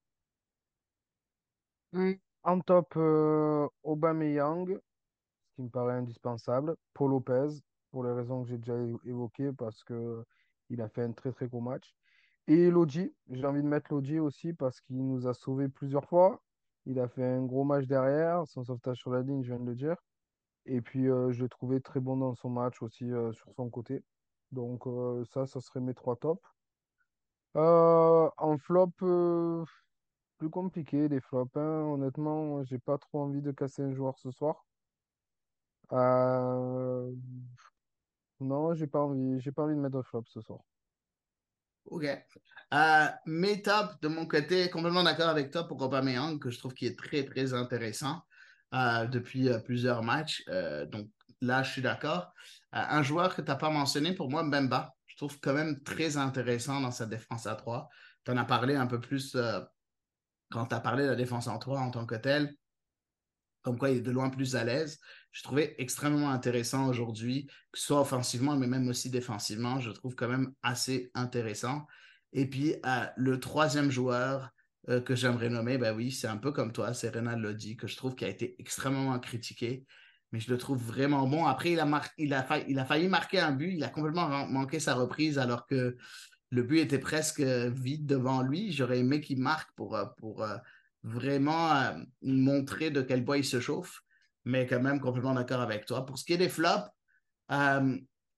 En top, Aubameyang, ce qui me paraît indispensable. Paul Lopez, pour les raisons que j'ai déjà évoquées, parce que il a fait un très très gros match. Et Lodji, j'ai envie de mettre Lodji aussi parce qu'il nous a sauvés plusieurs fois. Il a fait un gros match derrière, son sauvetage sur la ligne, je viens de le dire. Et puis, je l'ai trouvé très bon dans son match aussi, sur son côté. Donc, ça serait mes 3 tops. En flop, plus compliqué, les flops, hein. Honnêtement, j'ai pas trop envie de casser un joueur ce soir. Euh, Non, j'ai pas envie de mettre un flop ce soir. OK. Mes tops, de mon côté, complètement d'accord avec toi pour Aubameyang, que je trouve qu'il est très, très intéressant depuis plusieurs matchs. Donc là, je suis d'accord. Un joueur que tu n'as pas mentionné, pour moi, Mbemba, je trouve quand même très intéressant dans sa défense à 3. Tu en as parlé un peu plus quand tu as parlé de la défense en 3 en tant que tel, comme quoi il est de loin plus à l'aise. Je trouvais extrêmement intéressant aujourd'hui, que ce soit offensivement, mais même aussi défensivement. Je trouve quand même assez intéressant. Et puis, le troisième joueur que j'aimerais nommer, ben oui, c'est un peu comme toi, c'est Renan Lodi, que je trouve qui a été extrêmement critiqué, mais je le trouve vraiment bon. Après, il a failli marquer un but, il a complètement manqué sa reprise alors que le but était presque vide devant lui. J'aurais aimé qu'il marque pour vraiment montrer de quel bois il se chauffe, mais quand même complètement d'accord avec toi. Pour ce qui est des flops, euh,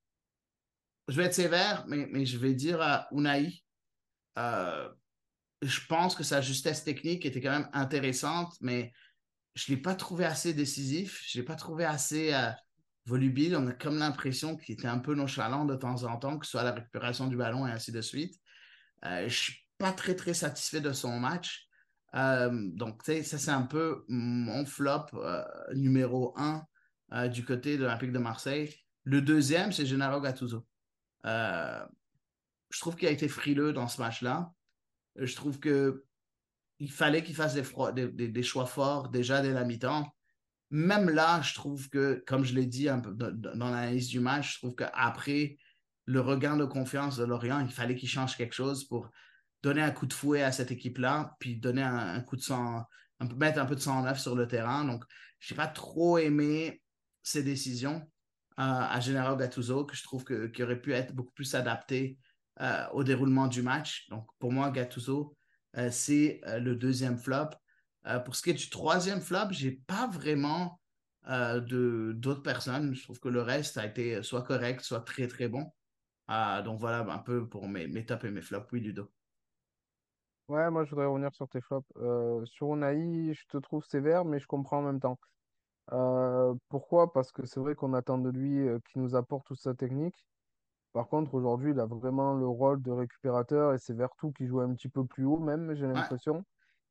je vais être sévère, mais je vais dire à Unai. euh, je pense que sa justesse technique était quand même intéressante, mais je ne l'ai pas trouvé assez décisif. Je ne l'ai pas trouvé assez volubile. On a comme l'impression qu'il était un peu nonchalant de temps en temps, que ce soit la récupération du ballon et ainsi de suite. Je ne suis pas très, très satisfait de son match. Donc, tu sais, ça, c'est un peu mon flop numéro 1 du côté de l'Olympique de Marseille. Le deuxième, c'est Gennaro Gattuso. Euh, je trouve qu'il a été frileux dans ce match-là. Je trouve que il fallait qu'il fasse des choix forts déjà dès la mi-temps. Même là, je trouve que, comme je l'ai dit un peu dans l'analyse du match, je trouve qu'après le regain de confiance de Lorient, il fallait qu'il change quelque chose pour donner un coup de fouet à cette équipe-là, puis donner un coup de sang, mettre un peu de sang neuf sur le terrain. Donc, je n'ai pas trop aimé ces décisions à Gennaro Gattuso, que je trouve qui aurait pu être beaucoup plus adapté au déroulement du match. Donc, pour moi, Gattuso, c'est le 2e flop. Pour ce qui est du 3e flop, j'ai pas vraiment d'autres personnes. Je trouve que le reste a été soit correct, soit très, très bon. Donc voilà un peu pour mes tops et mes flops. Oui, Ludo. Ouais, moi, je voudrais revenir sur tes flops. Sur Unai, je te trouve sévère, mais je comprends en même temps. Pourquoi? Parce que c'est vrai qu'on attend de lui qu'il nous apporte toute sa technique. Par contre, aujourd'hui, il a vraiment le rôle de récupérateur et c'est Vertou qui joue un petit peu plus haut même, j'ai Ouais. l'impression.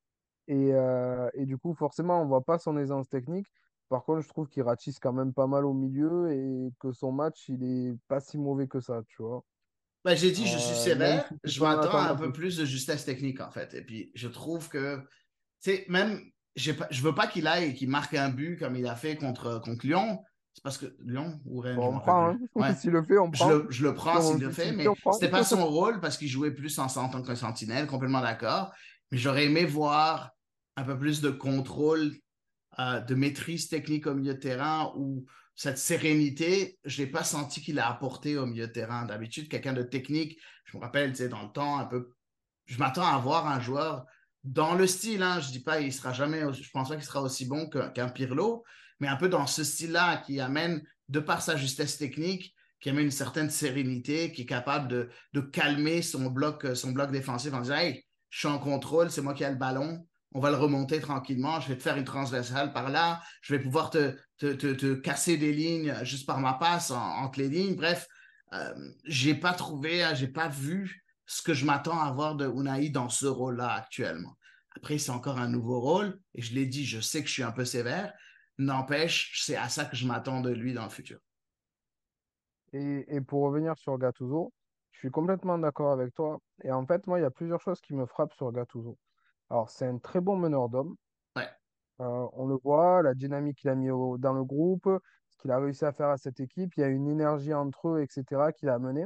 Et du coup, forcément, on voit pas son aisance technique. Par contre, je trouve qu'il ratisse quand même pas mal au milieu et que son match, il est pas si mauvais que ça, tu vois. Ben, j'ai dit je suis Même sévère, si tu je peux en m'attends à attendre un un peu peu. plus de justesse technique en fait. Et puis je trouve que, tu sais, même, je veux pas qu'il aille et qu'il marque un but comme il a fait contre Lyon. C'est parce que Lyon ou Rennes, je Bon, m'en on rappelle prend, plus. hein. Ouais, S'il le fait, on prend. je le Si prends on, s'il le fait, s'il le fait, on mais prend. c'était pas son rôle parce qu'il jouait plus en tant que sentinelle, complètement d'accord. Mais j'aurais aimé voir un peu plus de contrôle, de maîtrise technique au milieu de terrain ou cette sérénité, je n'ai pas senti qu'il a apporté au milieu de terrain. D'habitude, quelqu'un de technique, je me rappelle, tu sais, dans le temps, un peu, je m'attends à voir un joueur dans le style, hein, je dis pas, il sera jamais, je pense pas qu'il sera aussi bon qu'un Pirlo, mais un peu dans ce style-là qui amène, de par sa justesse technique, qui a une certaine sérénité, qui est capable de calmer son bloc défensif en disant hey, je suis en contrôle, c'est moi qui ai le ballon, on va le remonter tranquillement, je vais te faire une transversale par là, je vais pouvoir te casser des lignes juste par ma passe entre les lignes. Bref, j'ai pas trouvé, j'ai pas vu ce que je m'attends à voir de Unai dans ce rôle-là actuellement. Après, c'est encore un nouveau rôle, et je l'ai dit, je sais que je suis un peu sévère, n'empêche, c'est à ça que je m'attends de lui dans le futur. Et pour revenir sur Gattuso, je suis complètement d'accord avec toi. Et en fait, moi, il y a plusieurs choses qui me frappent sur Gattuso. Alors, c'est un très bon meneur d'hommes. Ouais. On le voit, la dynamique qu'il a mis dans le groupe, ce qu'il a réussi à faire à cette équipe, il y a une énergie entre eux, etc., qu'il a amené.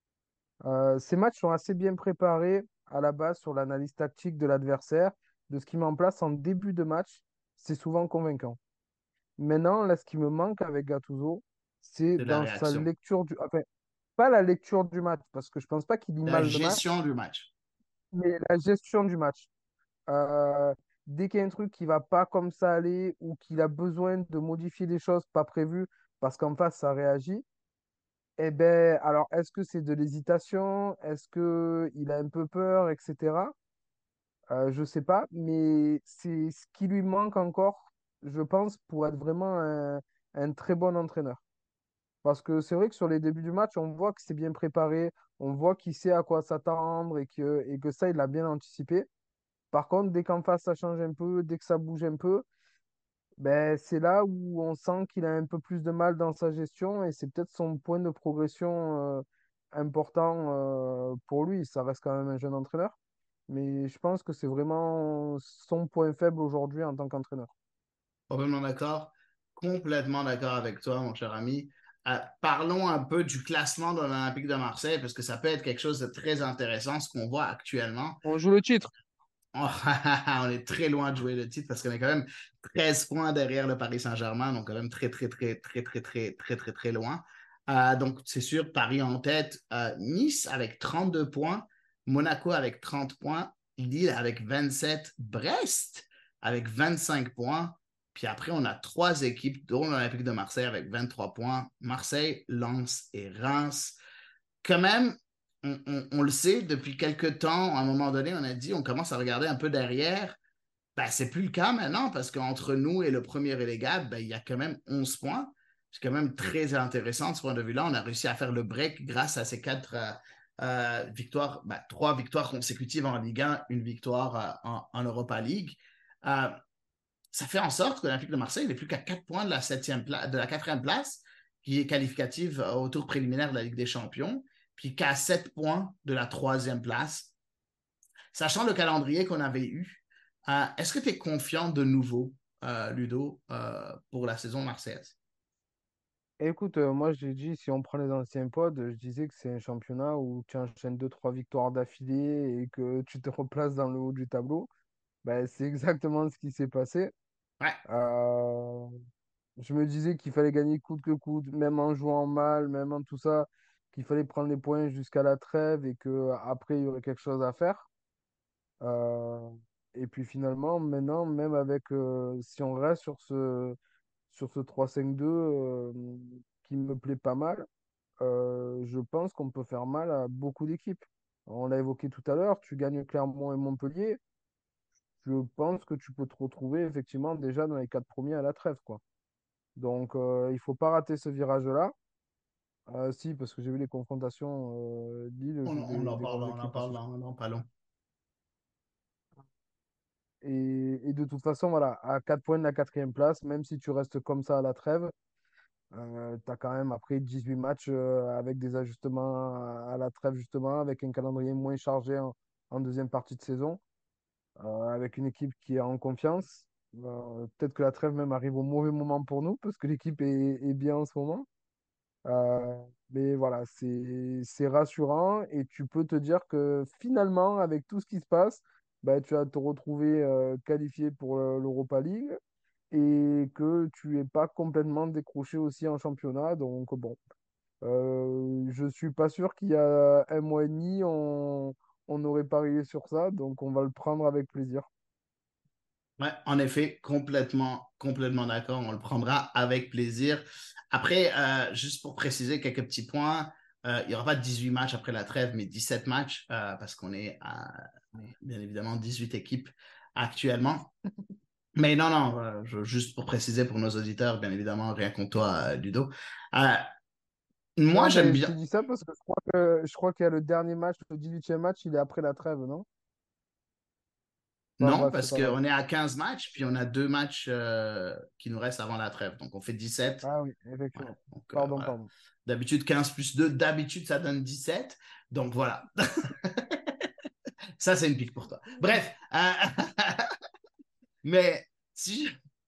Ces matchs sont assez bien préparés à la base sur l'analyse tactique de l'adversaire, de ce qu'il met en place en début de match. C'est souvent convaincant. Maintenant, là, ce qui me manque avec Gattuso, c'est C'est la dans sa réaction. lecture du... Enfin, pas la lecture du match, parce que je pense pas qu'il lit La mal le match, gestion du match. mais la gestion du match. Euh, Dès qu'il y a un truc qui va pas comme ça aller ou qu'il a besoin de modifier des choses pas prévues parce qu'en face ça réagit, eh ben alors est-ce que c'est de l'hésitation? Est-ce que il a un peu peur, etc. Je sais pas, mais c'est ce qui lui manque encore, je pense, pour être vraiment un très bon entraîneur. Parce que c'est vrai que sur les débuts du match, on voit que c'est bien préparé, on voit qu'il sait à quoi s'attendre et que ça, il l'a bien anticipé. Par contre, dès qu'en face ça change un peu, dès que ça bouge un peu, ben, c'est là où on sent qu'il a un peu plus de mal dans sa gestion et c'est peut-être son point de progression important pour lui. Ça reste quand même un jeune entraîneur, mais je pense que c'est vraiment son point faible aujourd'hui en tant qu'entraîneur. Complètement d'accord. Complètement d'accord avec toi, mon cher ami. Parlons un peu du classement de l'Olympique de Marseille, parce que ça peut être quelque chose de très intéressant, ce qu'on voit actuellement. On joue le titre. On est très loin de jouer le titre parce qu'on est quand même 13 points derrière le Paris Saint-Germain, donc quand même très loin. Donc, c'est sûr, Paris en tête, Nice avec 32 points, Monaco avec 30 points, Lille avec 27, Brest avec 25 points. Puis après, on a trois équipes, dont l'Olympique de Marseille avec 23 points, Marseille, Lens et Reims. Quand même, on le sait, depuis quelques temps, à un moment donné, on a dit, on commence à regarder un peu derrière. Ben, c'est plus le cas maintenant parce qu'entre nous et le premier relégable, ben, il y a quand même 11 points. C'est quand même très intéressant de ce point de vue-là. On a réussi à faire le break grâce à ces victoires, ben, trois victoires consécutives en Ligue 1, une victoire en Europa League. Euh, Ça fait en sorte que l'Olympique de Marseille n'est plus qu'à 4 points de de la quatrième place, qui est qualificative au tour préliminaire de la Ligue des Champions, puis qu'à 7 points de la troisième place. Sachant le calendrier qu'on avait eu, est-ce que tu es confiant de nouveau, Ludo, pour la saison marseillaise? Écoute, moi j'ai dit, si on prend les anciens pods, je disais que c'est un championnat où tu enchaînes deux, trois victoires d'affilée et que tu te replaces dans le haut du tableau. Ben, c'est exactement ce qui s'est passé. Ouais. Euh, je me disais qu'il fallait gagner coûte que coûte, même en jouant mal, même en tout ça, qu'il fallait prendre les points jusqu'à la trêve et que après il y aurait quelque chose à faire. Euh, et puis finalement, maintenant, même avec, si on reste sur ce 3-5-2 qui me plaît pas mal, je pense qu'on peut faire mal à beaucoup d'équipes. On l'a évoqué tout à l'heure, tu gagnes Clermont et Montpellier, je pense que tu peux te retrouver effectivement déjà dans les quatre premiers à la trêve, quoi. Donc, il faut pas rater ce virage-là. Si, parce que j'ai vu les confrontations Lille, joue On en des parle, grosses on en équipes aussi. parle dans pas long. Et de toute façon, voilà, à 4 points de la quatrième place, même si tu restes comme ça à la trêve, tu as quand même après 18 matchs avec des ajustements à la trêve, justement, avec un calendrier moins chargé en deuxième partie de saison, avec une équipe qui est en confiance. Peut-être que la trêve même arrive au mauvais moment pour nous, parce que l'équipe est bien en ce moment. Euh, mais voilà, c'est rassurant et tu peux te dire que finalement, avec tout ce qui se passe, bah, tu vas te retrouver qualifié pour l'Europa League et que tu n'es pas complètement décroché aussi en championnat. Donc bon, je suis pas sûr qu'il y a un mois et demi, on aurait parié sur ça, donc on va le prendre avec plaisir. Ouais, en effet, complètement d'accord. On le prendra avec plaisir. Après, juste pour préciser quelques petits points, il n'y aura pas 18 matchs après la trêve, mais 17 matchs, parce qu'on est à, bien évidemment, 18 équipes actuellement. Mais non, non, juste pour préciser pour nos auditeurs, bien évidemment, rien contre toi, Ludo. Euh, moi, Non, j'aime mais je te bien. dis ça parce que je crois qu'il y a le dernier match, le 18e match, il est après la trêve, non? Enfin Non, bref, c'est parce pas grave. qu'on est à 15 matchs, puis on a deux matchs qui nous restent avant la trêve. Donc, on fait 17. Ah oui, Ouais, effectivement. donc, Pardon, voilà. pardon. D'habitude, 15 plus 2. D'habitude, ça donne 17. Donc, voilà. Ça, c'est une pique pour toi. Bref. Mais si,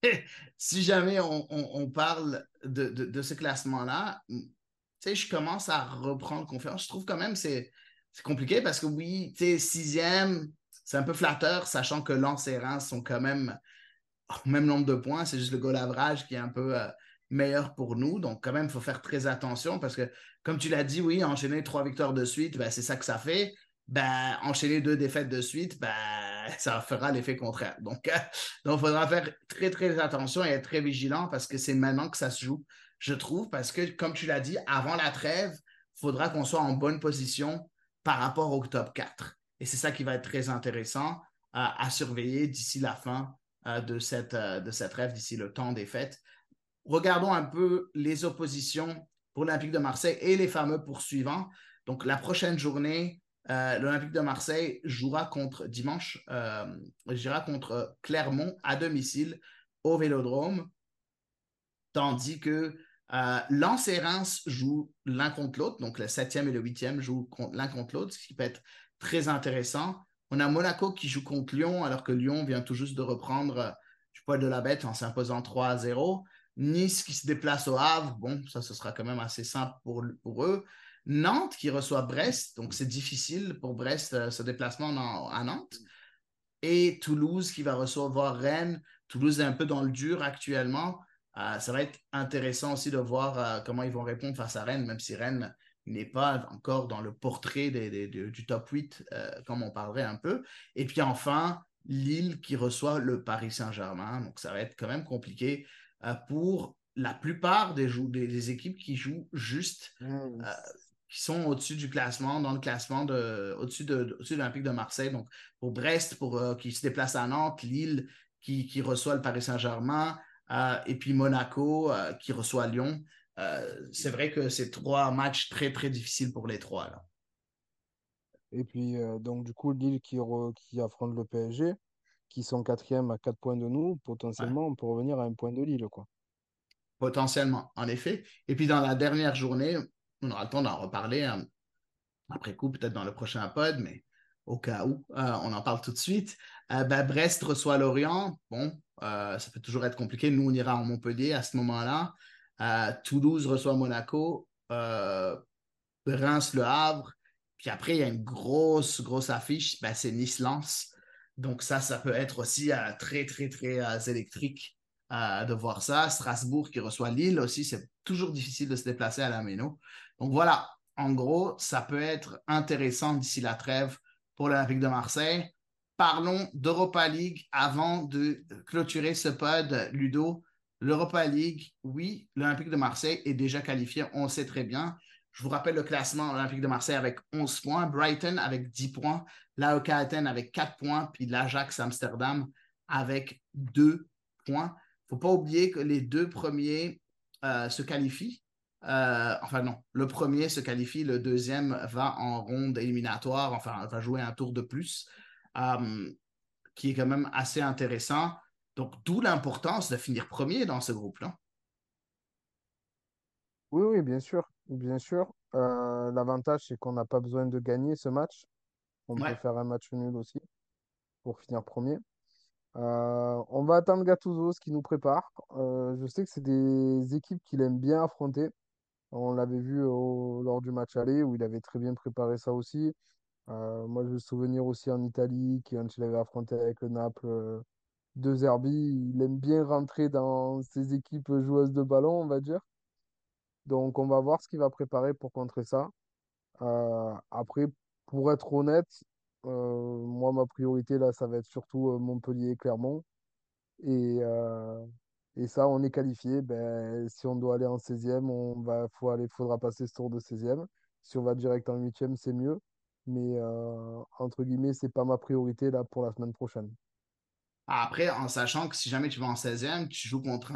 si jamais on parle de ce classement-là, tu sais, je commence à reprendre confiance. Je trouve quand même que c'est compliqué parce que oui, tu sais, sixième, c'est un peu flatteur, sachant que Lens et Reims sont quand même au même nombre de points. C'est juste le goal average qui est un peu meilleur pour nous. Donc, quand même, il faut faire très attention parce que, comme tu l'as dit, oui, enchaîner 3 victoires de suite, ben, c'est ça que ça fait. Ben, enchaîner 2 défaites de suite, ben, ça fera l'effet contraire. Donc, il faudra faire très, très attention et être très vigilant parce que c'est maintenant que ça se joue, je trouve, parce que, comme tu l'as dit, avant la trêve, il faudra qu'on soit en bonne position par rapport au top 4. Et c'est ça qui va être très intéressant à surveiller d'ici la fin de cette rêve d'ici le temps des fêtes. Regardons un peu les oppositions pour l'Olympique de Marseille et les fameux poursuivants. Donc, la prochaine journée, l'Olympique de Marseille jouera contre dimanche, jouera contre Clermont à domicile au Vélodrome, tandis que Lens et Reims jouent l'un contre l'autre, donc le septième et le huitième jouent l'un contre l'autre, ce qui peut être très intéressant. On a Monaco qui joue contre Lyon, alors que Lyon vient tout juste de reprendre du poil de la bête en s'imposant 3-0. Nice qui se déplace au Havre, bon, ça ce sera quand même assez simple pour eux. Nantes qui reçoit Brest, donc c'est difficile pour Brest ce déplacement à Nantes. Et Toulouse qui va recevoir Rennes. Toulouse est un peu dans le dur actuellement. Ça va être intéressant aussi de voir comment ils vont répondre face à Rennes, même si Rennes n'est pas encore dans le portrait du top 8, comme on parlerait un peu. Et puis enfin, Lille qui reçoit le Paris Saint-Germain. Donc ça va être quand même compliqué pour la plupart des équipes qui jouent juste, Mm. euh, qui sont au-dessus du classement, dans le classement au-dessus de l'Olympique de Marseille. Donc pour Brest, qui se déplace à Nantes, Lille qui reçoit le Paris Saint-Germain, et puis Monaco qui reçoit Lyon. C'est vrai que c'est 3 matchs très, très difficiles pour les trois, là. Et puis, donc, du coup, Lille qui affronte le PSG, qui sont quatrième à 4 points de nous, Ouais, potentiellement, on peut revenir à un point de Lille, quoi. potentiellement, en effet. Et puis dans la dernière journée, on aura le temps d'en reparler après coup, peut-être dans le prochain pod, mais au cas où, on en parle tout de suite. Ben, Brest reçoit Lorient. Bon, ça peut toujours être compliqué. Nous, on ira en Montpellier à ce moment-là. Toulouse reçoit Monaco. Reims Le Havre. Puis après, il y a une grosse, grosse affiche, ben, c'est Nice-Lens. Donc ça peut être aussi très, très, très électrique de voir ça. Strasbourg qui reçoit Lille aussi, c'est toujours difficile de se déplacer à la Méno. Donc voilà, en gros, ça peut être intéressant d'ici la trêve pour l'Olympique de Marseille. Parlons d'Europa League avant de clôturer ce pod, Ludo. L'Europa League, oui, l'Olympique de Marseille est déjà qualifié, on le sait très bien. Je vous rappelle le classement olympique de Marseille avec 11 points, Brighton avec 10 points, l'AEK Athènes avec 4 points, puis l'Ajax Amsterdam avec 2 points. Il ne faut pas oublier que les deux premiers se qualifient. Enfin non, le premier se qualifie, le deuxième va en ronde éliminatoire, enfin va jouer un tour de plus, euh, qui est quand même assez intéressant. Donc d'où l'importance de finir premier dans ce groupe-là. Oui, oui, bien sûr. Bien sûr. L'avantage, c'est qu'on n'a pas besoin de gagner ce match. On peut Ouais, faire un match nul aussi pour finir premier. On va attendre Gattuso, ce qui nous prépare. Je sais que c'est des équipes qu'il aime bien affronter. On l'avait vu lors du match aller où il avait très bien préparé ça aussi. Moi, je me souvenir aussi en Italie, quand il avait affronté avec le Naples De Zerbi. Il aime bien rentrer dans ses équipes joueuses de ballon, on va dire. Donc, on va voir ce qu'il va préparer pour contrer ça. Après, pour être honnête, moi, ma priorité, là, ça va être surtout Montpellier et Clermont. Et, et ça, on est qualifié. Ben, si on doit aller en 16e, faudra passer ce tour de 16e. Si on va direct en 8e, c'est mieux. Mais entre guillemets, c'est pas ma priorité là pour la semaine prochaine. Après, en sachant que si jamais tu vas en 16e, tu joues contre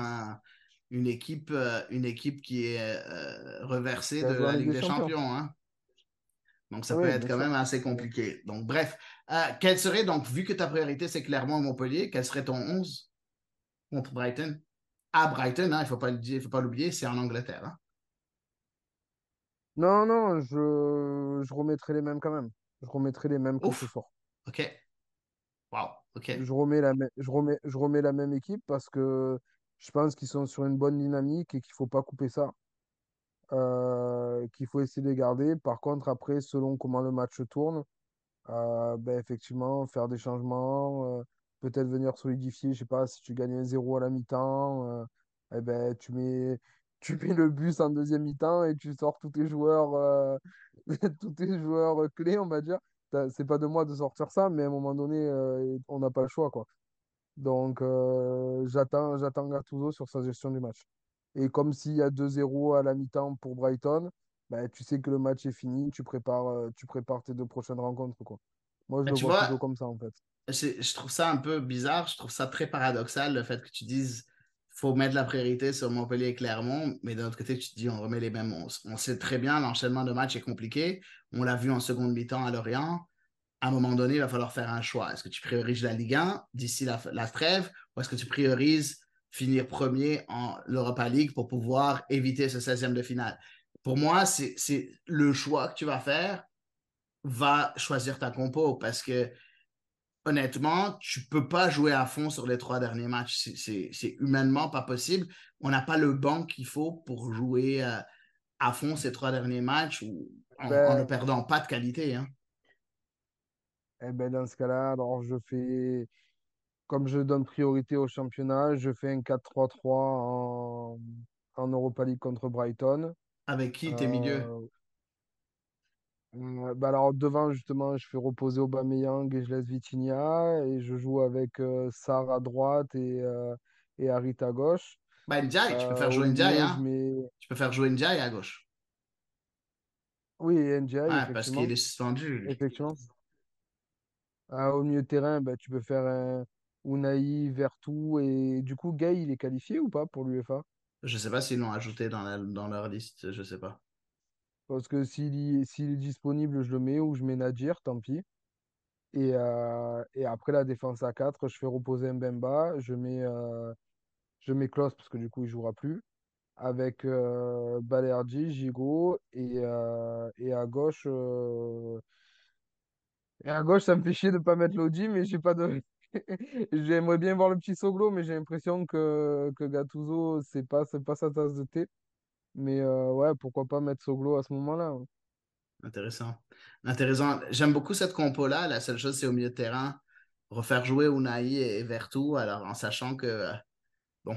une équipe qui est reversée Qui de a joué en la Ligue Ligue des des Champions. Champions, hein. Donc, ça peut Oui, être bien quand sûr. même assez compliqué. Donc, bref, quel serait, donc, vu que ta priorité, c'est Clermont et Montpellier, quel serait ton 11 contre Brighton? À Brighton, hein, il ne faut pas le dire, il faut pas l'oublier, c'est en Angleterre, hein. Non, non, je remettrai les mêmes quand même. Je remettrai les mêmes que ce Ouf, soir. OK. Wow, OK. Je remets la même équipe parce que je pense qu'ils sont sur une bonne dynamique et qu'il faut pas couper ça. Qu'il faut essayer de les garder. Par contre, après, selon comment le match tourne, ben, effectivement, faire des changements, peut-être venir solidifier, je sais pas, si tu gagnes 1-0 à la mi-temps, eh ben, tu mets le bus en deuxième mi-temps et tu sors tous tes joueurs, tous tes joueurs clés, on va dire. C'est pas de moi de sortir ça, mais à un moment donné, on n'a pas le choix, quoi. Donc, j'attends Gattuso sur sa gestion du match. Et comme s'il y a 2-0 à la mi-temps pour Brighton, ben, tu sais que le match est fini, tu prépares tes deux prochaines rencontres, quoi. Moi, je Mais le tu vois plutôt vois, comme ça, en fait. je trouve ça un peu bizarre, je trouve ça très paradoxal, le fait que tu dises faut mettre la priorité sur Montpellier et Clermont, mais d'un autre côté, tu te dis on remet les mêmes 11. On sait très bien, l'enchaînement de matchs est compliqué. On l'a vu en seconde mi-temps à Lorient. À un moment donné, il va falloir faire un choix. Est-ce que tu priorises la Ligue 1 d'ici la trêve ou est-ce que tu priorises finir premier en l'Europa League pour pouvoir éviter ce 16e de finale? Pour moi, c'est le choix que tu vas faire, va choisir ta compo parce que honnêtement, tu peux pas jouer à fond sur les trois derniers matchs. C'est humainement pas possible. On n'a pas le banc qu'il faut pour jouer à fond ces trois derniers matchs en ne Ben, perdant pas de qualité, hein. eh ben, dans ce cas-là, alors comme je donne priorité au championnat, je fais un 4-3-3 en Europa League contre Brighton. Avec qui tes milieux? Euh, bah alors devant justement je fais reposer Aubameyang et je laisse Vitinha et je joue avec Sarr à droite et Harit à gauche. Ben, Ndiaye, tu peux faire Au jouer Ndiaye, milieu je hein. mets Tu peux faire jouer Ndiaye à gauche. oui NGI Ouais, parce qu'il effectivement est suspendu, lui. effectivement. Au milieu de terrain bah, tu peux faire un Unai Vertou et du coup Gay il est qualifié ou pas pour l'UEFA? Je sais pas s'ils l'ont ajouté dans leur liste, je sais pas. Parce que s'il est disponible je le mets ou je mets Nadir tant pis. Et après la défense à 4 je fais reposer Mbemba, je mets Klose parce que du coup, il jouera plus. Avec Balerdi, Gigot et à gauche, ça me fait chier de ne pas mettre Lodi, mais j'ai pas de. J'aimerais bien voir le petit Soglo, mais j'ai l'impression que Gattuso, c'est pas sa tasse de thé. Mais ouais, pourquoi pas mettre Soglo à ce moment-là, hein. Intéressant. Intéressant. J'aime beaucoup cette compo-là. La seule chose, c'est au milieu de terrain, refaire jouer Unai et Vertu, alors en sachant que, bon,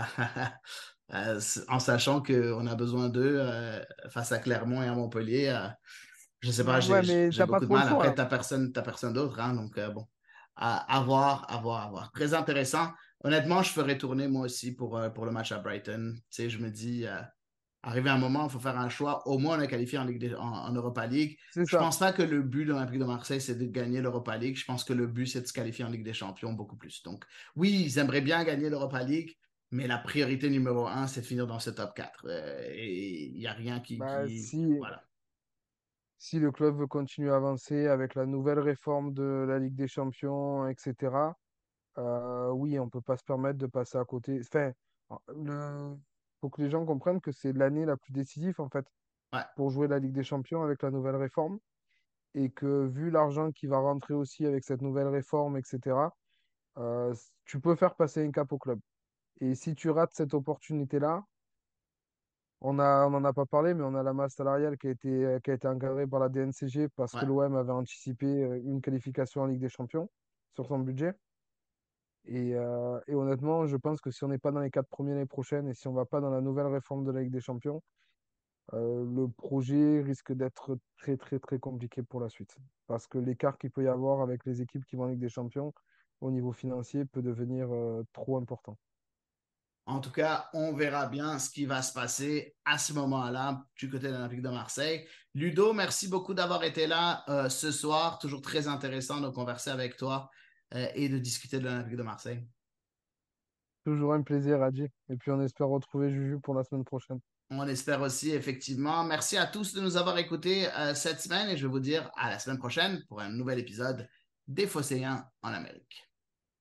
en sachant qu'on a besoin d'eux face à Clermont et à Montpellier. Je sais pas, Ouais, mais j'ai t'as pas beaucoup de trop le mal. choix, Après, là. t'as personne d'autre, hein, donc bon, à voir, à voir, à voir. Très intéressant. Honnêtement, je ferais tourner moi aussi pour le match à Brighton. Tu sais, je me dis, arrivé à un moment, il faut faire un choix. Au moins, on est qualifié en Europa League. C'est Je ça. pense pas que le but de l'Olympique de Marseille, c'est de gagner l'Europa League. Je pense que le but, c'est de se qualifier en Ligue des Champions beaucoup plus. Donc, oui, ils aimeraient bien gagner l'Europa League, mais la priorité numéro un, c'est de finir dans ce top 4. Et il n'y a rien Bah, si, Voilà. si le club veut continuer à avancer avec la nouvelle réforme de la Ligue des Champions, etc., oui, on peut pas se permettre de passer à côté. Enfin, le... faut que les gens comprennent que c'est l'année la plus décisive, en fait, Ouais. pour jouer la Ligue des Champions avec la nouvelle réforme. Et que vu l'argent qui va rentrer aussi avec cette nouvelle réforme, etc., tu peux faire passer un cap au club. Et si tu rates cette opportunité-là, on n'en a pas parlé, mais on a la masse salariale qui a été encadrée par la DNCG parce que Ouais. l'OM avait anticipé une qualification en Ligue des Champions sur son budget. Et honnêtement, je pense que si on n'est pas dans les quatre premiers l'année prochaine et si on va pas dans la nouvelle réforme de la Ligue des Champions, le projet risque d'être très très très compliqué pour la suite. Parce que l'écart qu'il peut y avoir avec les équipes qui vont en Ligue des Champions au niveau financier peut devenir trop important. En tout cas, on verra bien ce qui va se passer à ce moment-là du côté de l'Olympique de Marseille. Ludo, merci beaucoup d'avoir été là ce soir. Toujours très intéressant de converser avec toi et de discuter de l'Olympique de Marseille. Toujours un plaisir, Adji. Et puis on espère retrouver Juju pour la semaine prochaine. On espère aussi, effectivement. Merci à tous de nous avoir écoutés cette semaine et je vais vous dire à la semaine prochaine pour un nouvel épisode des Phocéens en Amérique.